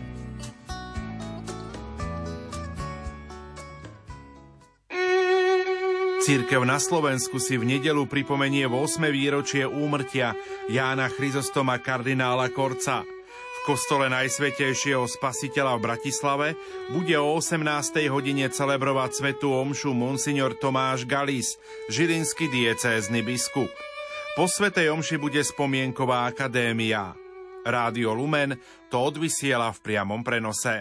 S8: Cirkev na Slovensku si v nedeľu pripomenie 8. výročie úmrtia Jána Chryzostoma kardinála Korca. V kostole Najsvätejšieho Spasiteľa v Bratislave bude o 18. hodine celebrovať svätú omšu monsignor Tomáš Galis, žilinský diecézny biskup. Po svätej omši bude spomienková akadémia. Rádio Lumen to odvysiela v priamom prenose.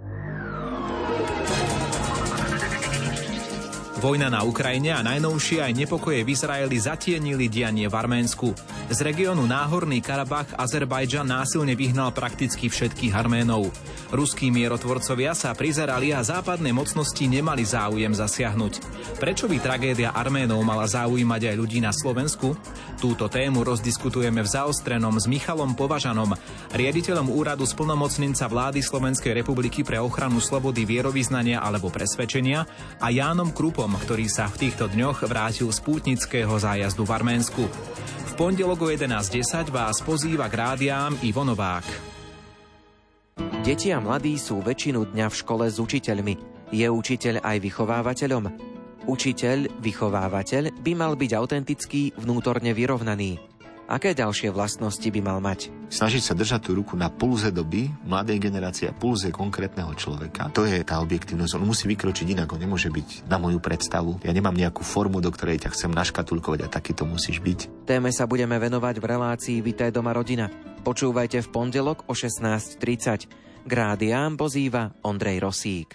S20: Vojna na Ukrajine a najnovšie aj nepokoje v Izraeli zatienili dianie v Arménsku. Z regiónu Náhorný Karabach Azerbajdžan násilne vyhnal prakticky všetkých Arménov. Ruskí mierotvorcovia sa prizerali a západné mocnosti nemali záujem zasiahnuť. Prečo by tragédia Arménov mala zaujímať aj ľudí na Slovensku? Túto tému rozdiskutujeme v Zaostrenom s Michalom Považanom, riaditeľom úradu splnomocnenca vlády Slovenskej republiky pre ochranu slobody vierovyznania alebo presvedčenia, a Jánom Krupom, ktorý sa v týchto dňoch vrátil z pútnického zájazdu v Arménsku. V pondelok o 11:10 vás pozýva k rádiám Ivo Novák.
S21: Deti a mladí sú väčšinu dňa v škole s učiteľmi. Je učiteľ aj vychovávateľom? Učiteľ, vychovávateľ by mal byť autentický, vnútorne vyrovnaný. Aké ďalšie vlastnosti by mal mať?
S5: Snažiť sa držať tú ruku na pulze doby, mladej generácie a pulze konkrétneho človeka. To je tá objektívnosť. On musí vykročiť inak, on nemôže byť na moju predstavu. Ja nemám nejakú formu, do ktorej ťa chcem naškatulkovať a taký to musíš byť.
S21: Téme sa budeme venovať v relácii Vitaj doma rodina. Počúvajte v pondelok o 16:30. K rádiám pozýva Ondrej Rosík.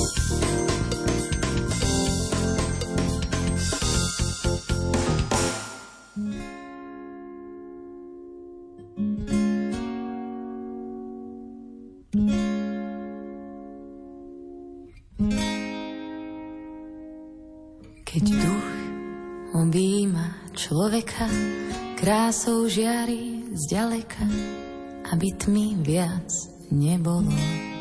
S4: Keď duch objíma človeka, krásou žiari zďaleka, aby tmy viac nebolo.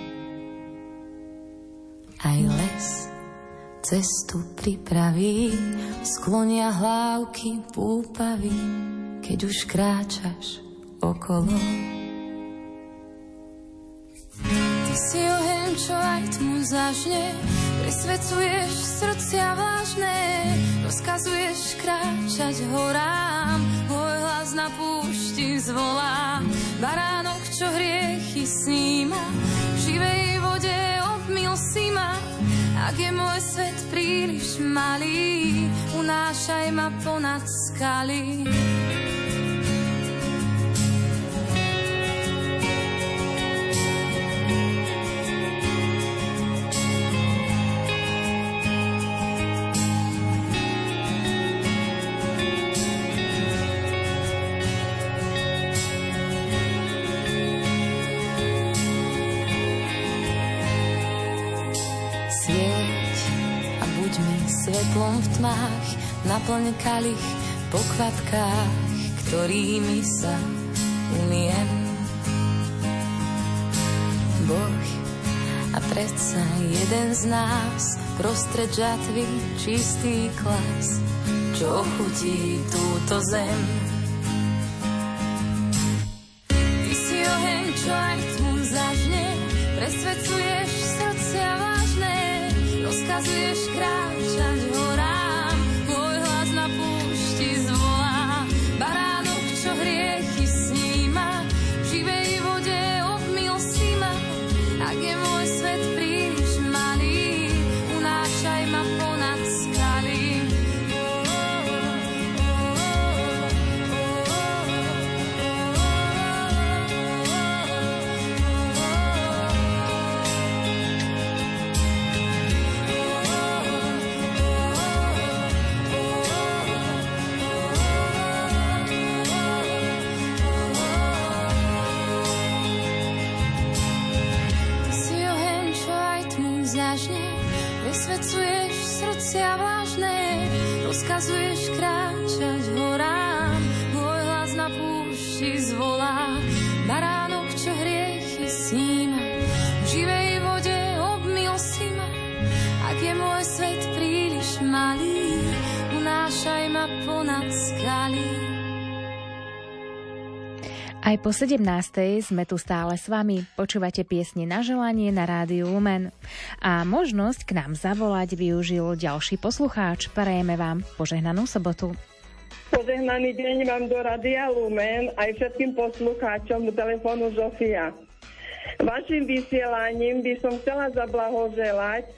S4: Aj les cestu pripraví, sklonia hlávky púpavy, keď už kráčaš okolo. Ty si oheň, čo aj tmu zažne, presvedcuješ srdcia vážne, rozkazuješ kráčať horám, môj hlas na púšti zvolá. Baránok, čo hriechy sníma, v živej vode obmyl si ma. Ak je môj svet príliš malý, unášaj ma ponad skaly. Svetlom v tmách, naplň kalich po kvapkách, ktorými sa umiem. Boh a predsa jeden z nás, prostred žatvy čistý klas, čo ochutí túto zem. Ty si oheň, čo aj tmu zažne, presvedcuješ srdcia vážne, rozkazuješ kráčať horám, môj hlas na púšti zvolá. Baránok, čo hriechy sníma, v živej vode obmyl si ma. Ak je môj svet príliš malý, unášaj ma ponad skaly. Presvedcuješ srdcia vážne, rozkazuješ kráčať horám, môj hlas na púšti zvolá. Baránok, čo hriechy sníma, v živej vode obmyl si ma. Ak je môj svet príliš malý, unášaj ma ponad skaly.
S1: Aj po 17. sme tu stále s vami. Počúvate piesne na želanie na Rádiu Lumen. A možnosť k nám zavolať využil ďalší poslucháč. Prajeme vám požehnanú sobotu.
S22: Požehnaný deň vám do Rádia Lumen aj všetkým poslucháčom do telefónu Zofia. Vašim vysielaním by som chcela zablahoželať.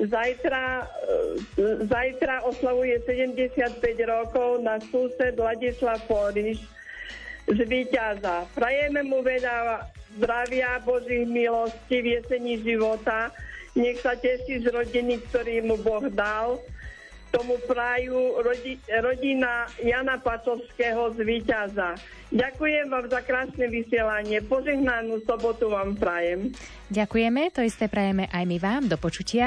S22: Zajtra oslavuje 75 rokov na sused Ladislav Fóriš z Víťaza. Prajeme mu veľa zdravia, Božích milostí v jesení života. Nech sa teší z rodiny, ktorý mu Boh dal. Tomu prajú rodina Jana Pacovského z Víťaza. Ďakujem vám za krásne vysielanie. Požehnanú sobotu vám prajem.
S1: Ďakujeme, to isté prajeme aj my vám. Do počutia.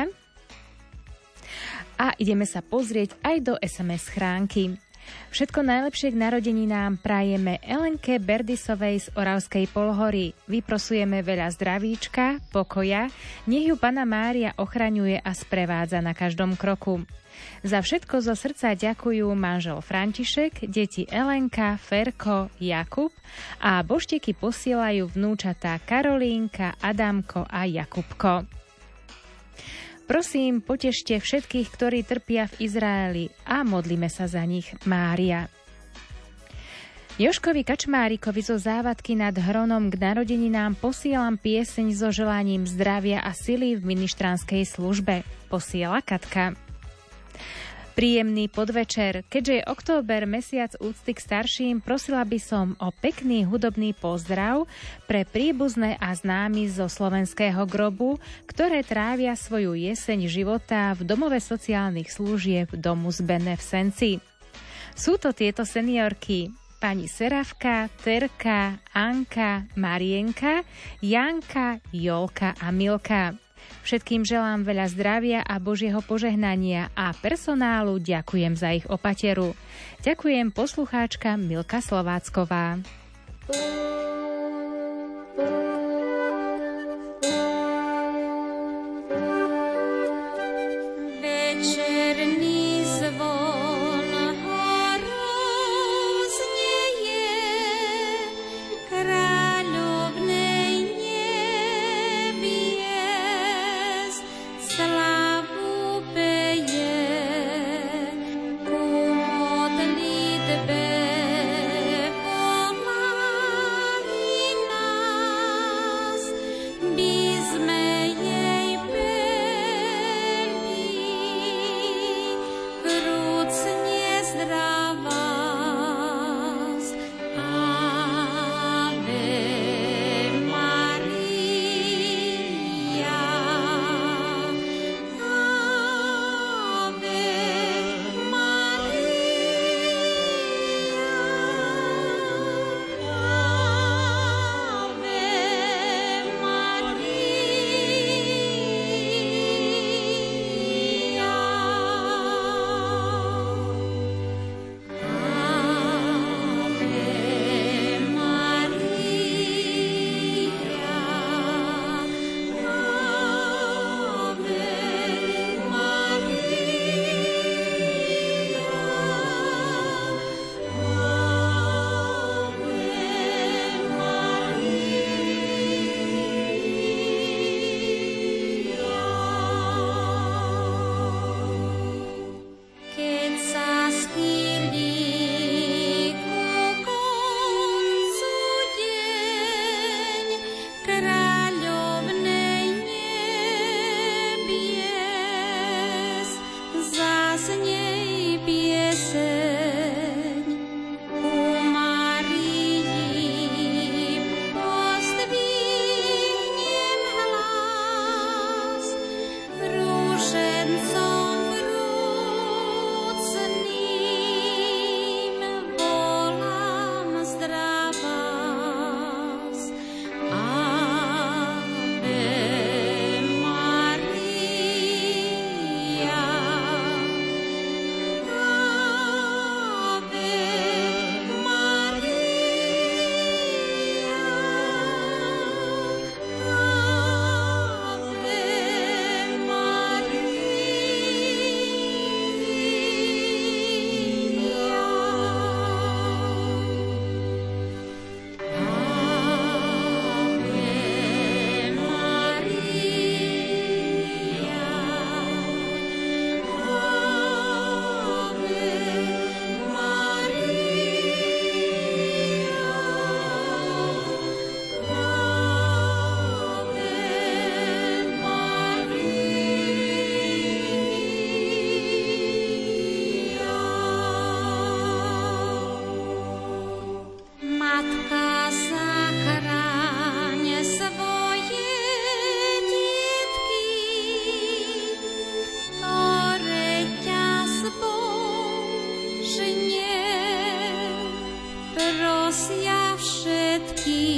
S1: A ideme sa pozrieť aj do SMS schránky. Všetko najlepšie k narodeninám prajeme Elenke Berdisovej z Oravskej Polhory. Vyprosujeme veľa zdravíčka, pokoja, nech ju Panna Mária ochraňuje a sprevádza na každom kroku. Za všetko zo srdca ďakujú manžel František, deti Elenka, Ferko, Jakub a bošteky posielajú vnúčatá Karolínka, Adamko a Jakubko. Prosím, potešte všetkých, ktorí trpia v Izraeli a modlíme sa za nich, Mária. Jožkovi Kačmárikovi zo Závadky nad Hronom k narodeninám posielam pieseň so želaním zdravia a sily v ministránskej službe. Posiela Katka. Príjemný podvečer. Keďže je október, mesiac úcty k starším, prosila by som o pekný hudobný pozdrav pre príbuzné a známy zo slovenského grobu, ktoré trávia svoju jeseň života v domove sociálnych služieb Domus Bene v Senci. Sú to tieto seniorky: pani Serafka, Terka, Anka, Marienka, Janka, Jolka a Milka. Všetkým želám veľa zdravia a Božieho požehnania a personálu ďakujem za ich opateru. Ďakujem poslucháčka Milka Slovácková.
S4: Večerný zvon roznieje, kráľovnej nebies slavu peje, ku modlitbe volá i nás, by sme jej peli, vrúcne zdravás. Ave Maria, Ave Keď sa schýli ku koncu deň kráľovnej nebies, zaznej pieseň. U Márii pozdvihnem hlas, rúžencom vrúcným volám zdravás. Ave Maria, Ave Matka, zachráň svoje dietky, ktoré ťa zbožne prosia všetky.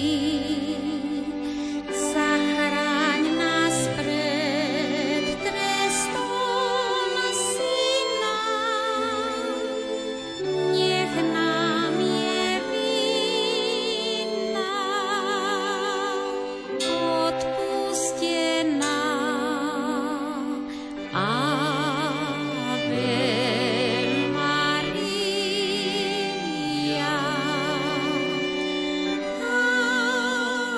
S4: Zachráň nás pred trestom syna, nech nám je vina odpustená. Ave Maria,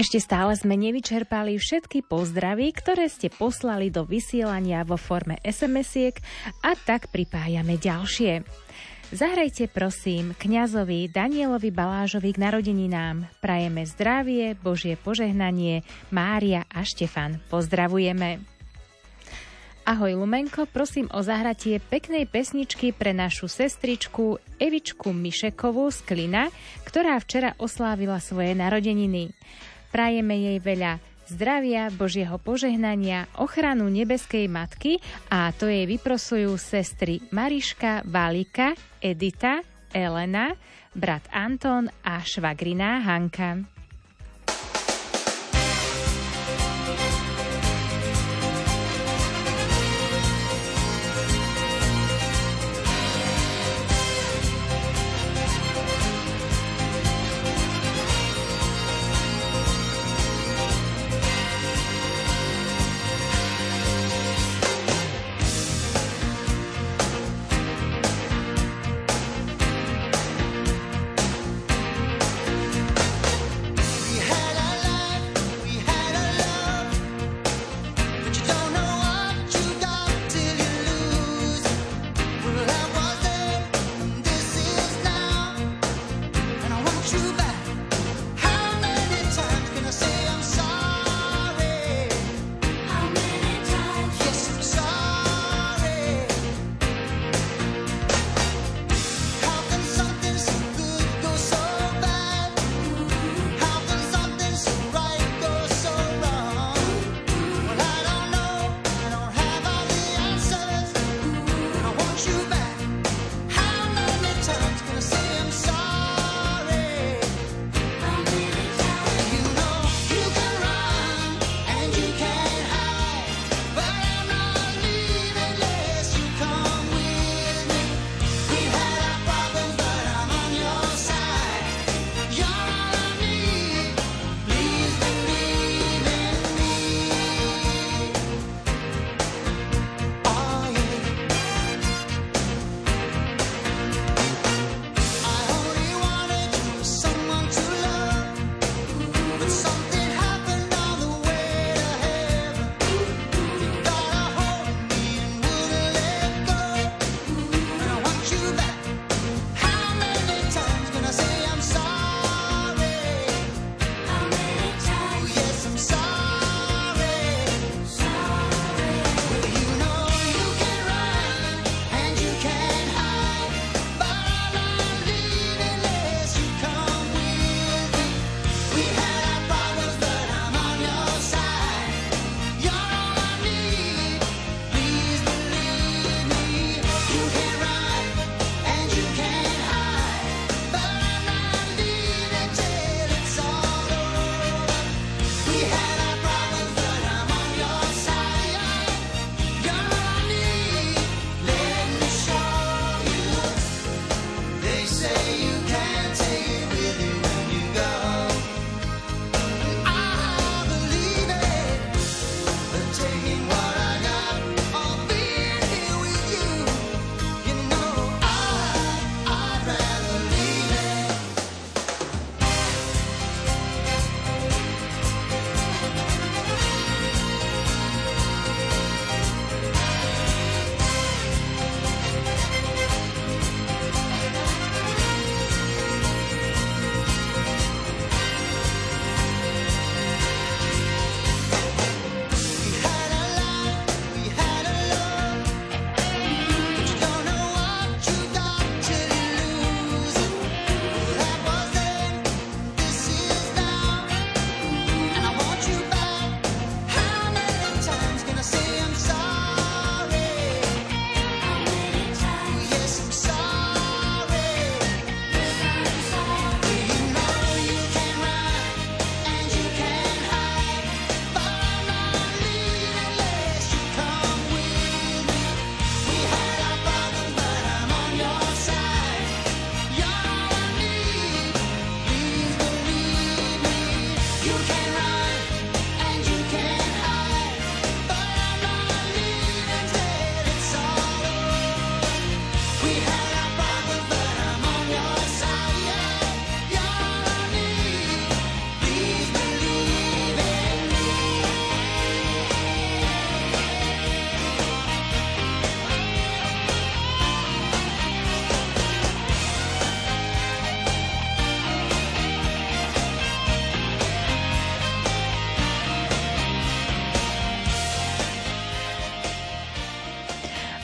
S1: Ešte stále sme nevyčerpali všetky pozdravy, ktoré ste poslali do vysielania vo forme SMS-iek a tak pripájame ďalšie. Zahrajte prosím kňazovi Danielovi Balážovi k narodeninám. Prajeme zdravie, Božie požehnanie, Mária a Štefan. Pozdravujeme. Ahoj Lumenko, prosím o zahratie peknej pesničky pre našu sestričku Evičku Mišekovú z Klina, ktorá včera oslávila svoje narodeniny. Prajeme jej veľa zdravia, Božieho požehnania, ochranu nebeskej matky a to jej vyprosujú sestry Mariška, Valika, Edita, Elena, brat Anton a švagriná Hanka.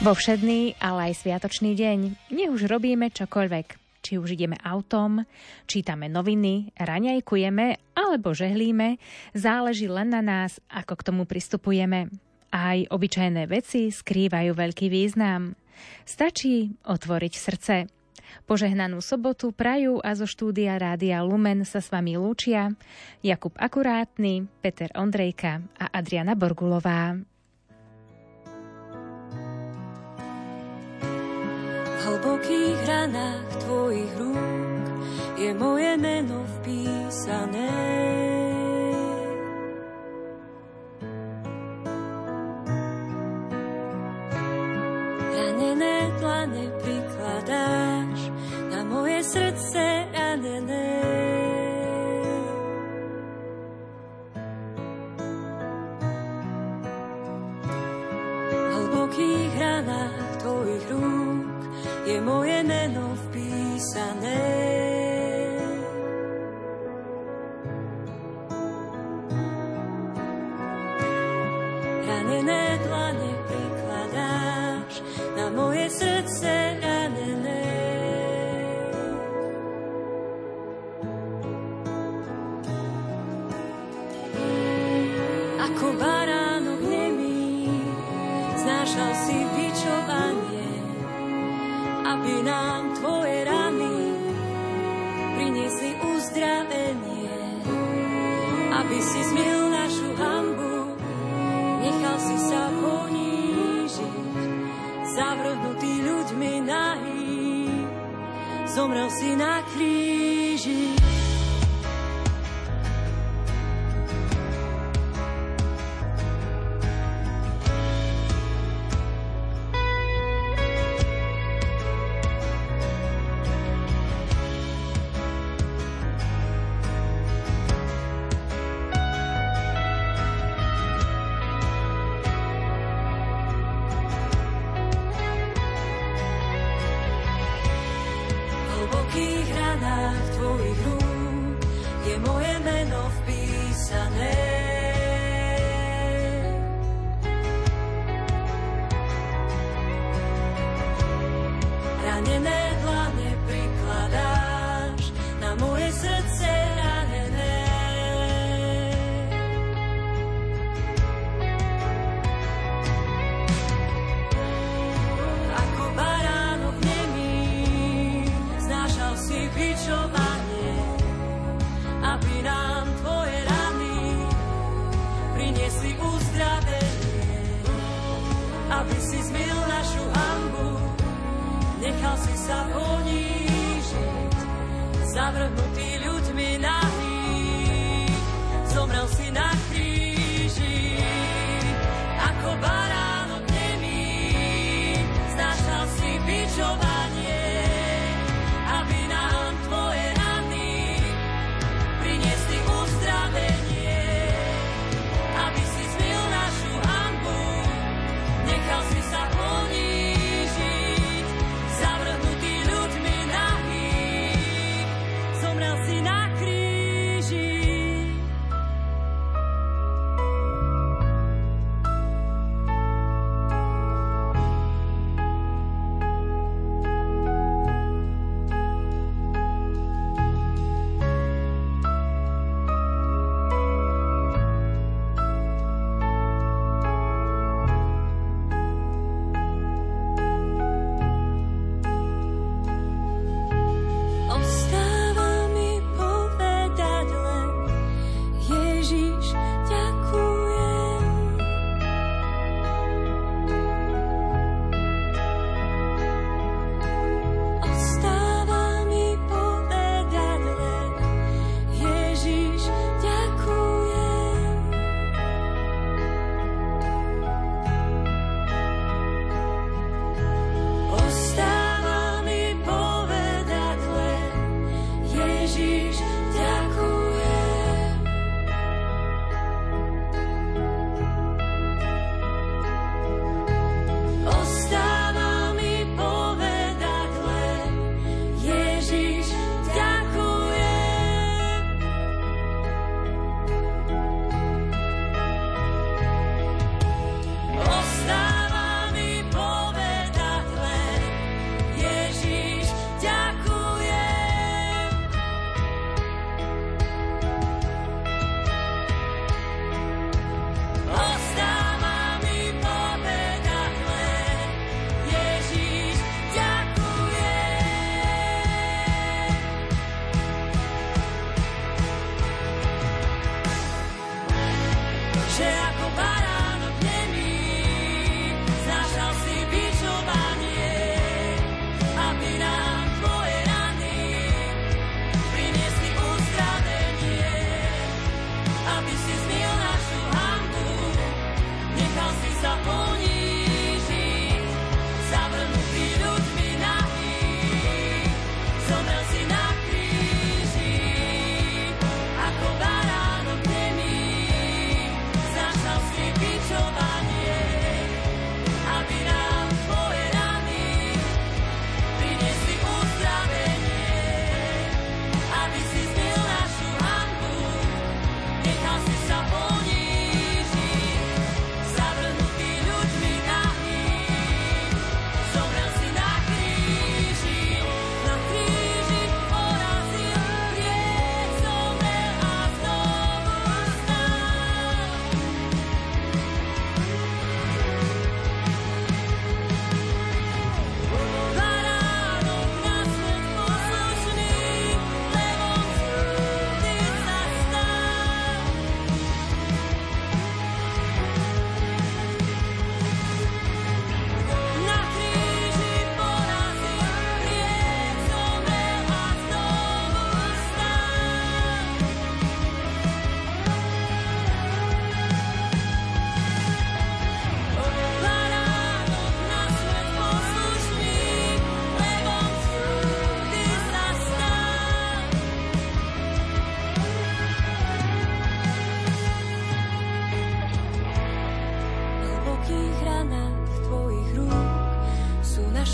S1: Vo všedný, ale aj sviatočný deň, nech už robíme čokoľvek. Či už ideme autom, čítame noviny, raňajkujeme alebo žehlíme, záleží len na nás, ako k tomu pristupujeme. Aj obyčajné veci skrývajú veľký význam. Stačí otvoriť srdce. Požehnanú sobotu prajú a zo štúdia Rádia Lumen sa s vami lúčia Jakub Akurátny, Peter Ondrejka a Adriana Borgulová.
S4: V hlbokých ranách tvojich rúk je moje meno vpísané. Ranené dlane prikladáš na moje srdce ranené. V hlbokých ranách tvojich rúk je moje meno vpísané. Ranené dlane prikladáš na moje srdce ranené. Ako baránok nemý znášal si bičovanie, aby nám tvoje rany priniesli uzdravenie, aby si zmil našu hanbu, nechal si sa ponížiť, zavrhnutý ľuďmi nahý, zomrel si na kríži.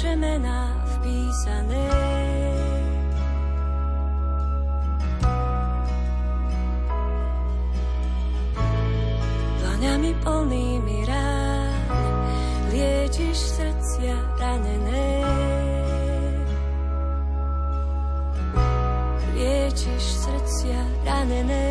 S4: naše mená vpísané. Dlaňami plnými rán liečiš srdcia ranené. Liečiš srdcia ranené.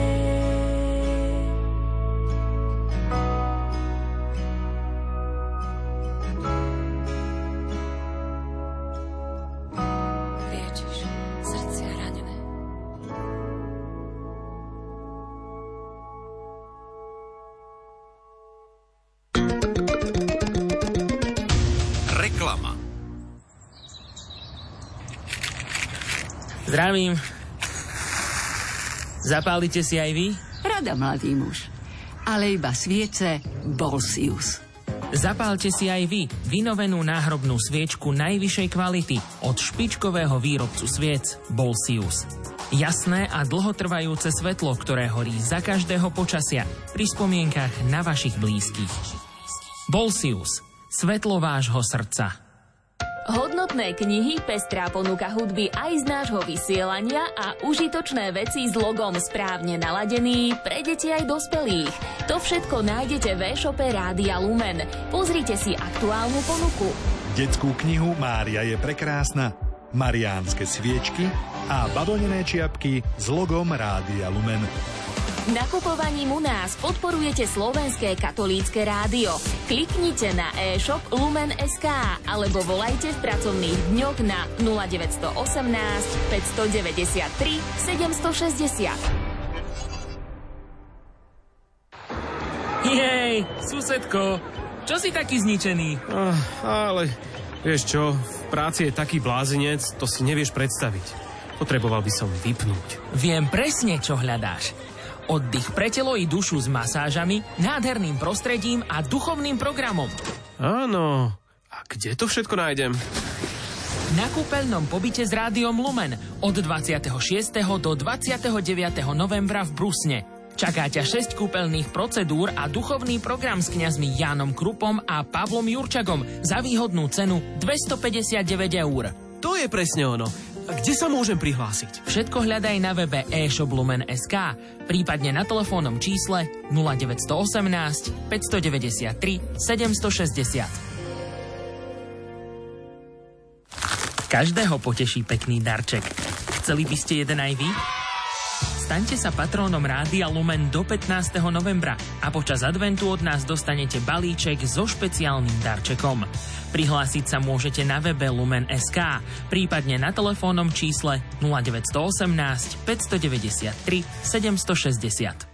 S13: Zdravím. Zapálite si aj vy?
S14: Rada, mladý muž. Ale iba sviece Bolsius.
S13: Zapálte si aj vy vynovenú náhrobnú sviečku najvyššej kvality od špičkového výrobcu sviec Bolsius. Jasné a dlhotrvajúce svetlo, ktoré horí za každého počasia pri spomienkach na vašich blízkych. Bolsius. Svetlo vášho srdca.
S15: Hodnotné knihy, pestrá ponuka hudby aj z nášho vysielania a užitočné veci s logom Správne naladený pre deti aj dospelých. To všetko nájdete v e-shope Rádia Lumen. Pozrite si aktuálnu ponuku.
S16: Detskú knihu Mária je prekrásna, mariánske sviečky a bavlnené čiapky s logom Rádia Lumen.
S15: Nakupovaním u nás podporujete Slovenské katolícke rádio. Kliknite na e-shop Lumen.sk alebo volajte v pracovných dňoch na 0918 593 760.
S13: Jej, susedko, čo si taký zničený?
S17: Ale vieš čo, v práci je taký blázinec, to si nevieš predstaviť. Potreboval by som vypnúť.
S13: Viem presne, čo hľadáš. Oddych pre telo i dušu s masážami, nádherným prostredím a duchovným programom.
S17: Áno. A kde to všetko nájdem?
S13: Na kúpeľnom pobyte s Rádiom Lumen od 26. do 29. novembra v Brusne. Čaká ťa 6 kúpeľných procedúr a duchovný program s kňazmi Jánom Krupom a Pavlom Jurčagom za výhodnú cenu 259 €.
S17: To je presne ono. A kde sa môžem prihlásiť?
S13: Všetko hľadaj na webe e-shoplumen.sk, prípadne na telefónnom čísle 0918 593 760. Každého poteší pekný darček. Chceli by ste jeden aj vy? Staňte sa patrónom Rádia Lumen do 15. novembra a počas adventu od nás dostanete balíček so špeciálnym darčekom. Prihlásiť sa môžete na webe Lumen.sk, prípadne na telefónnom čísle 0918 593 760.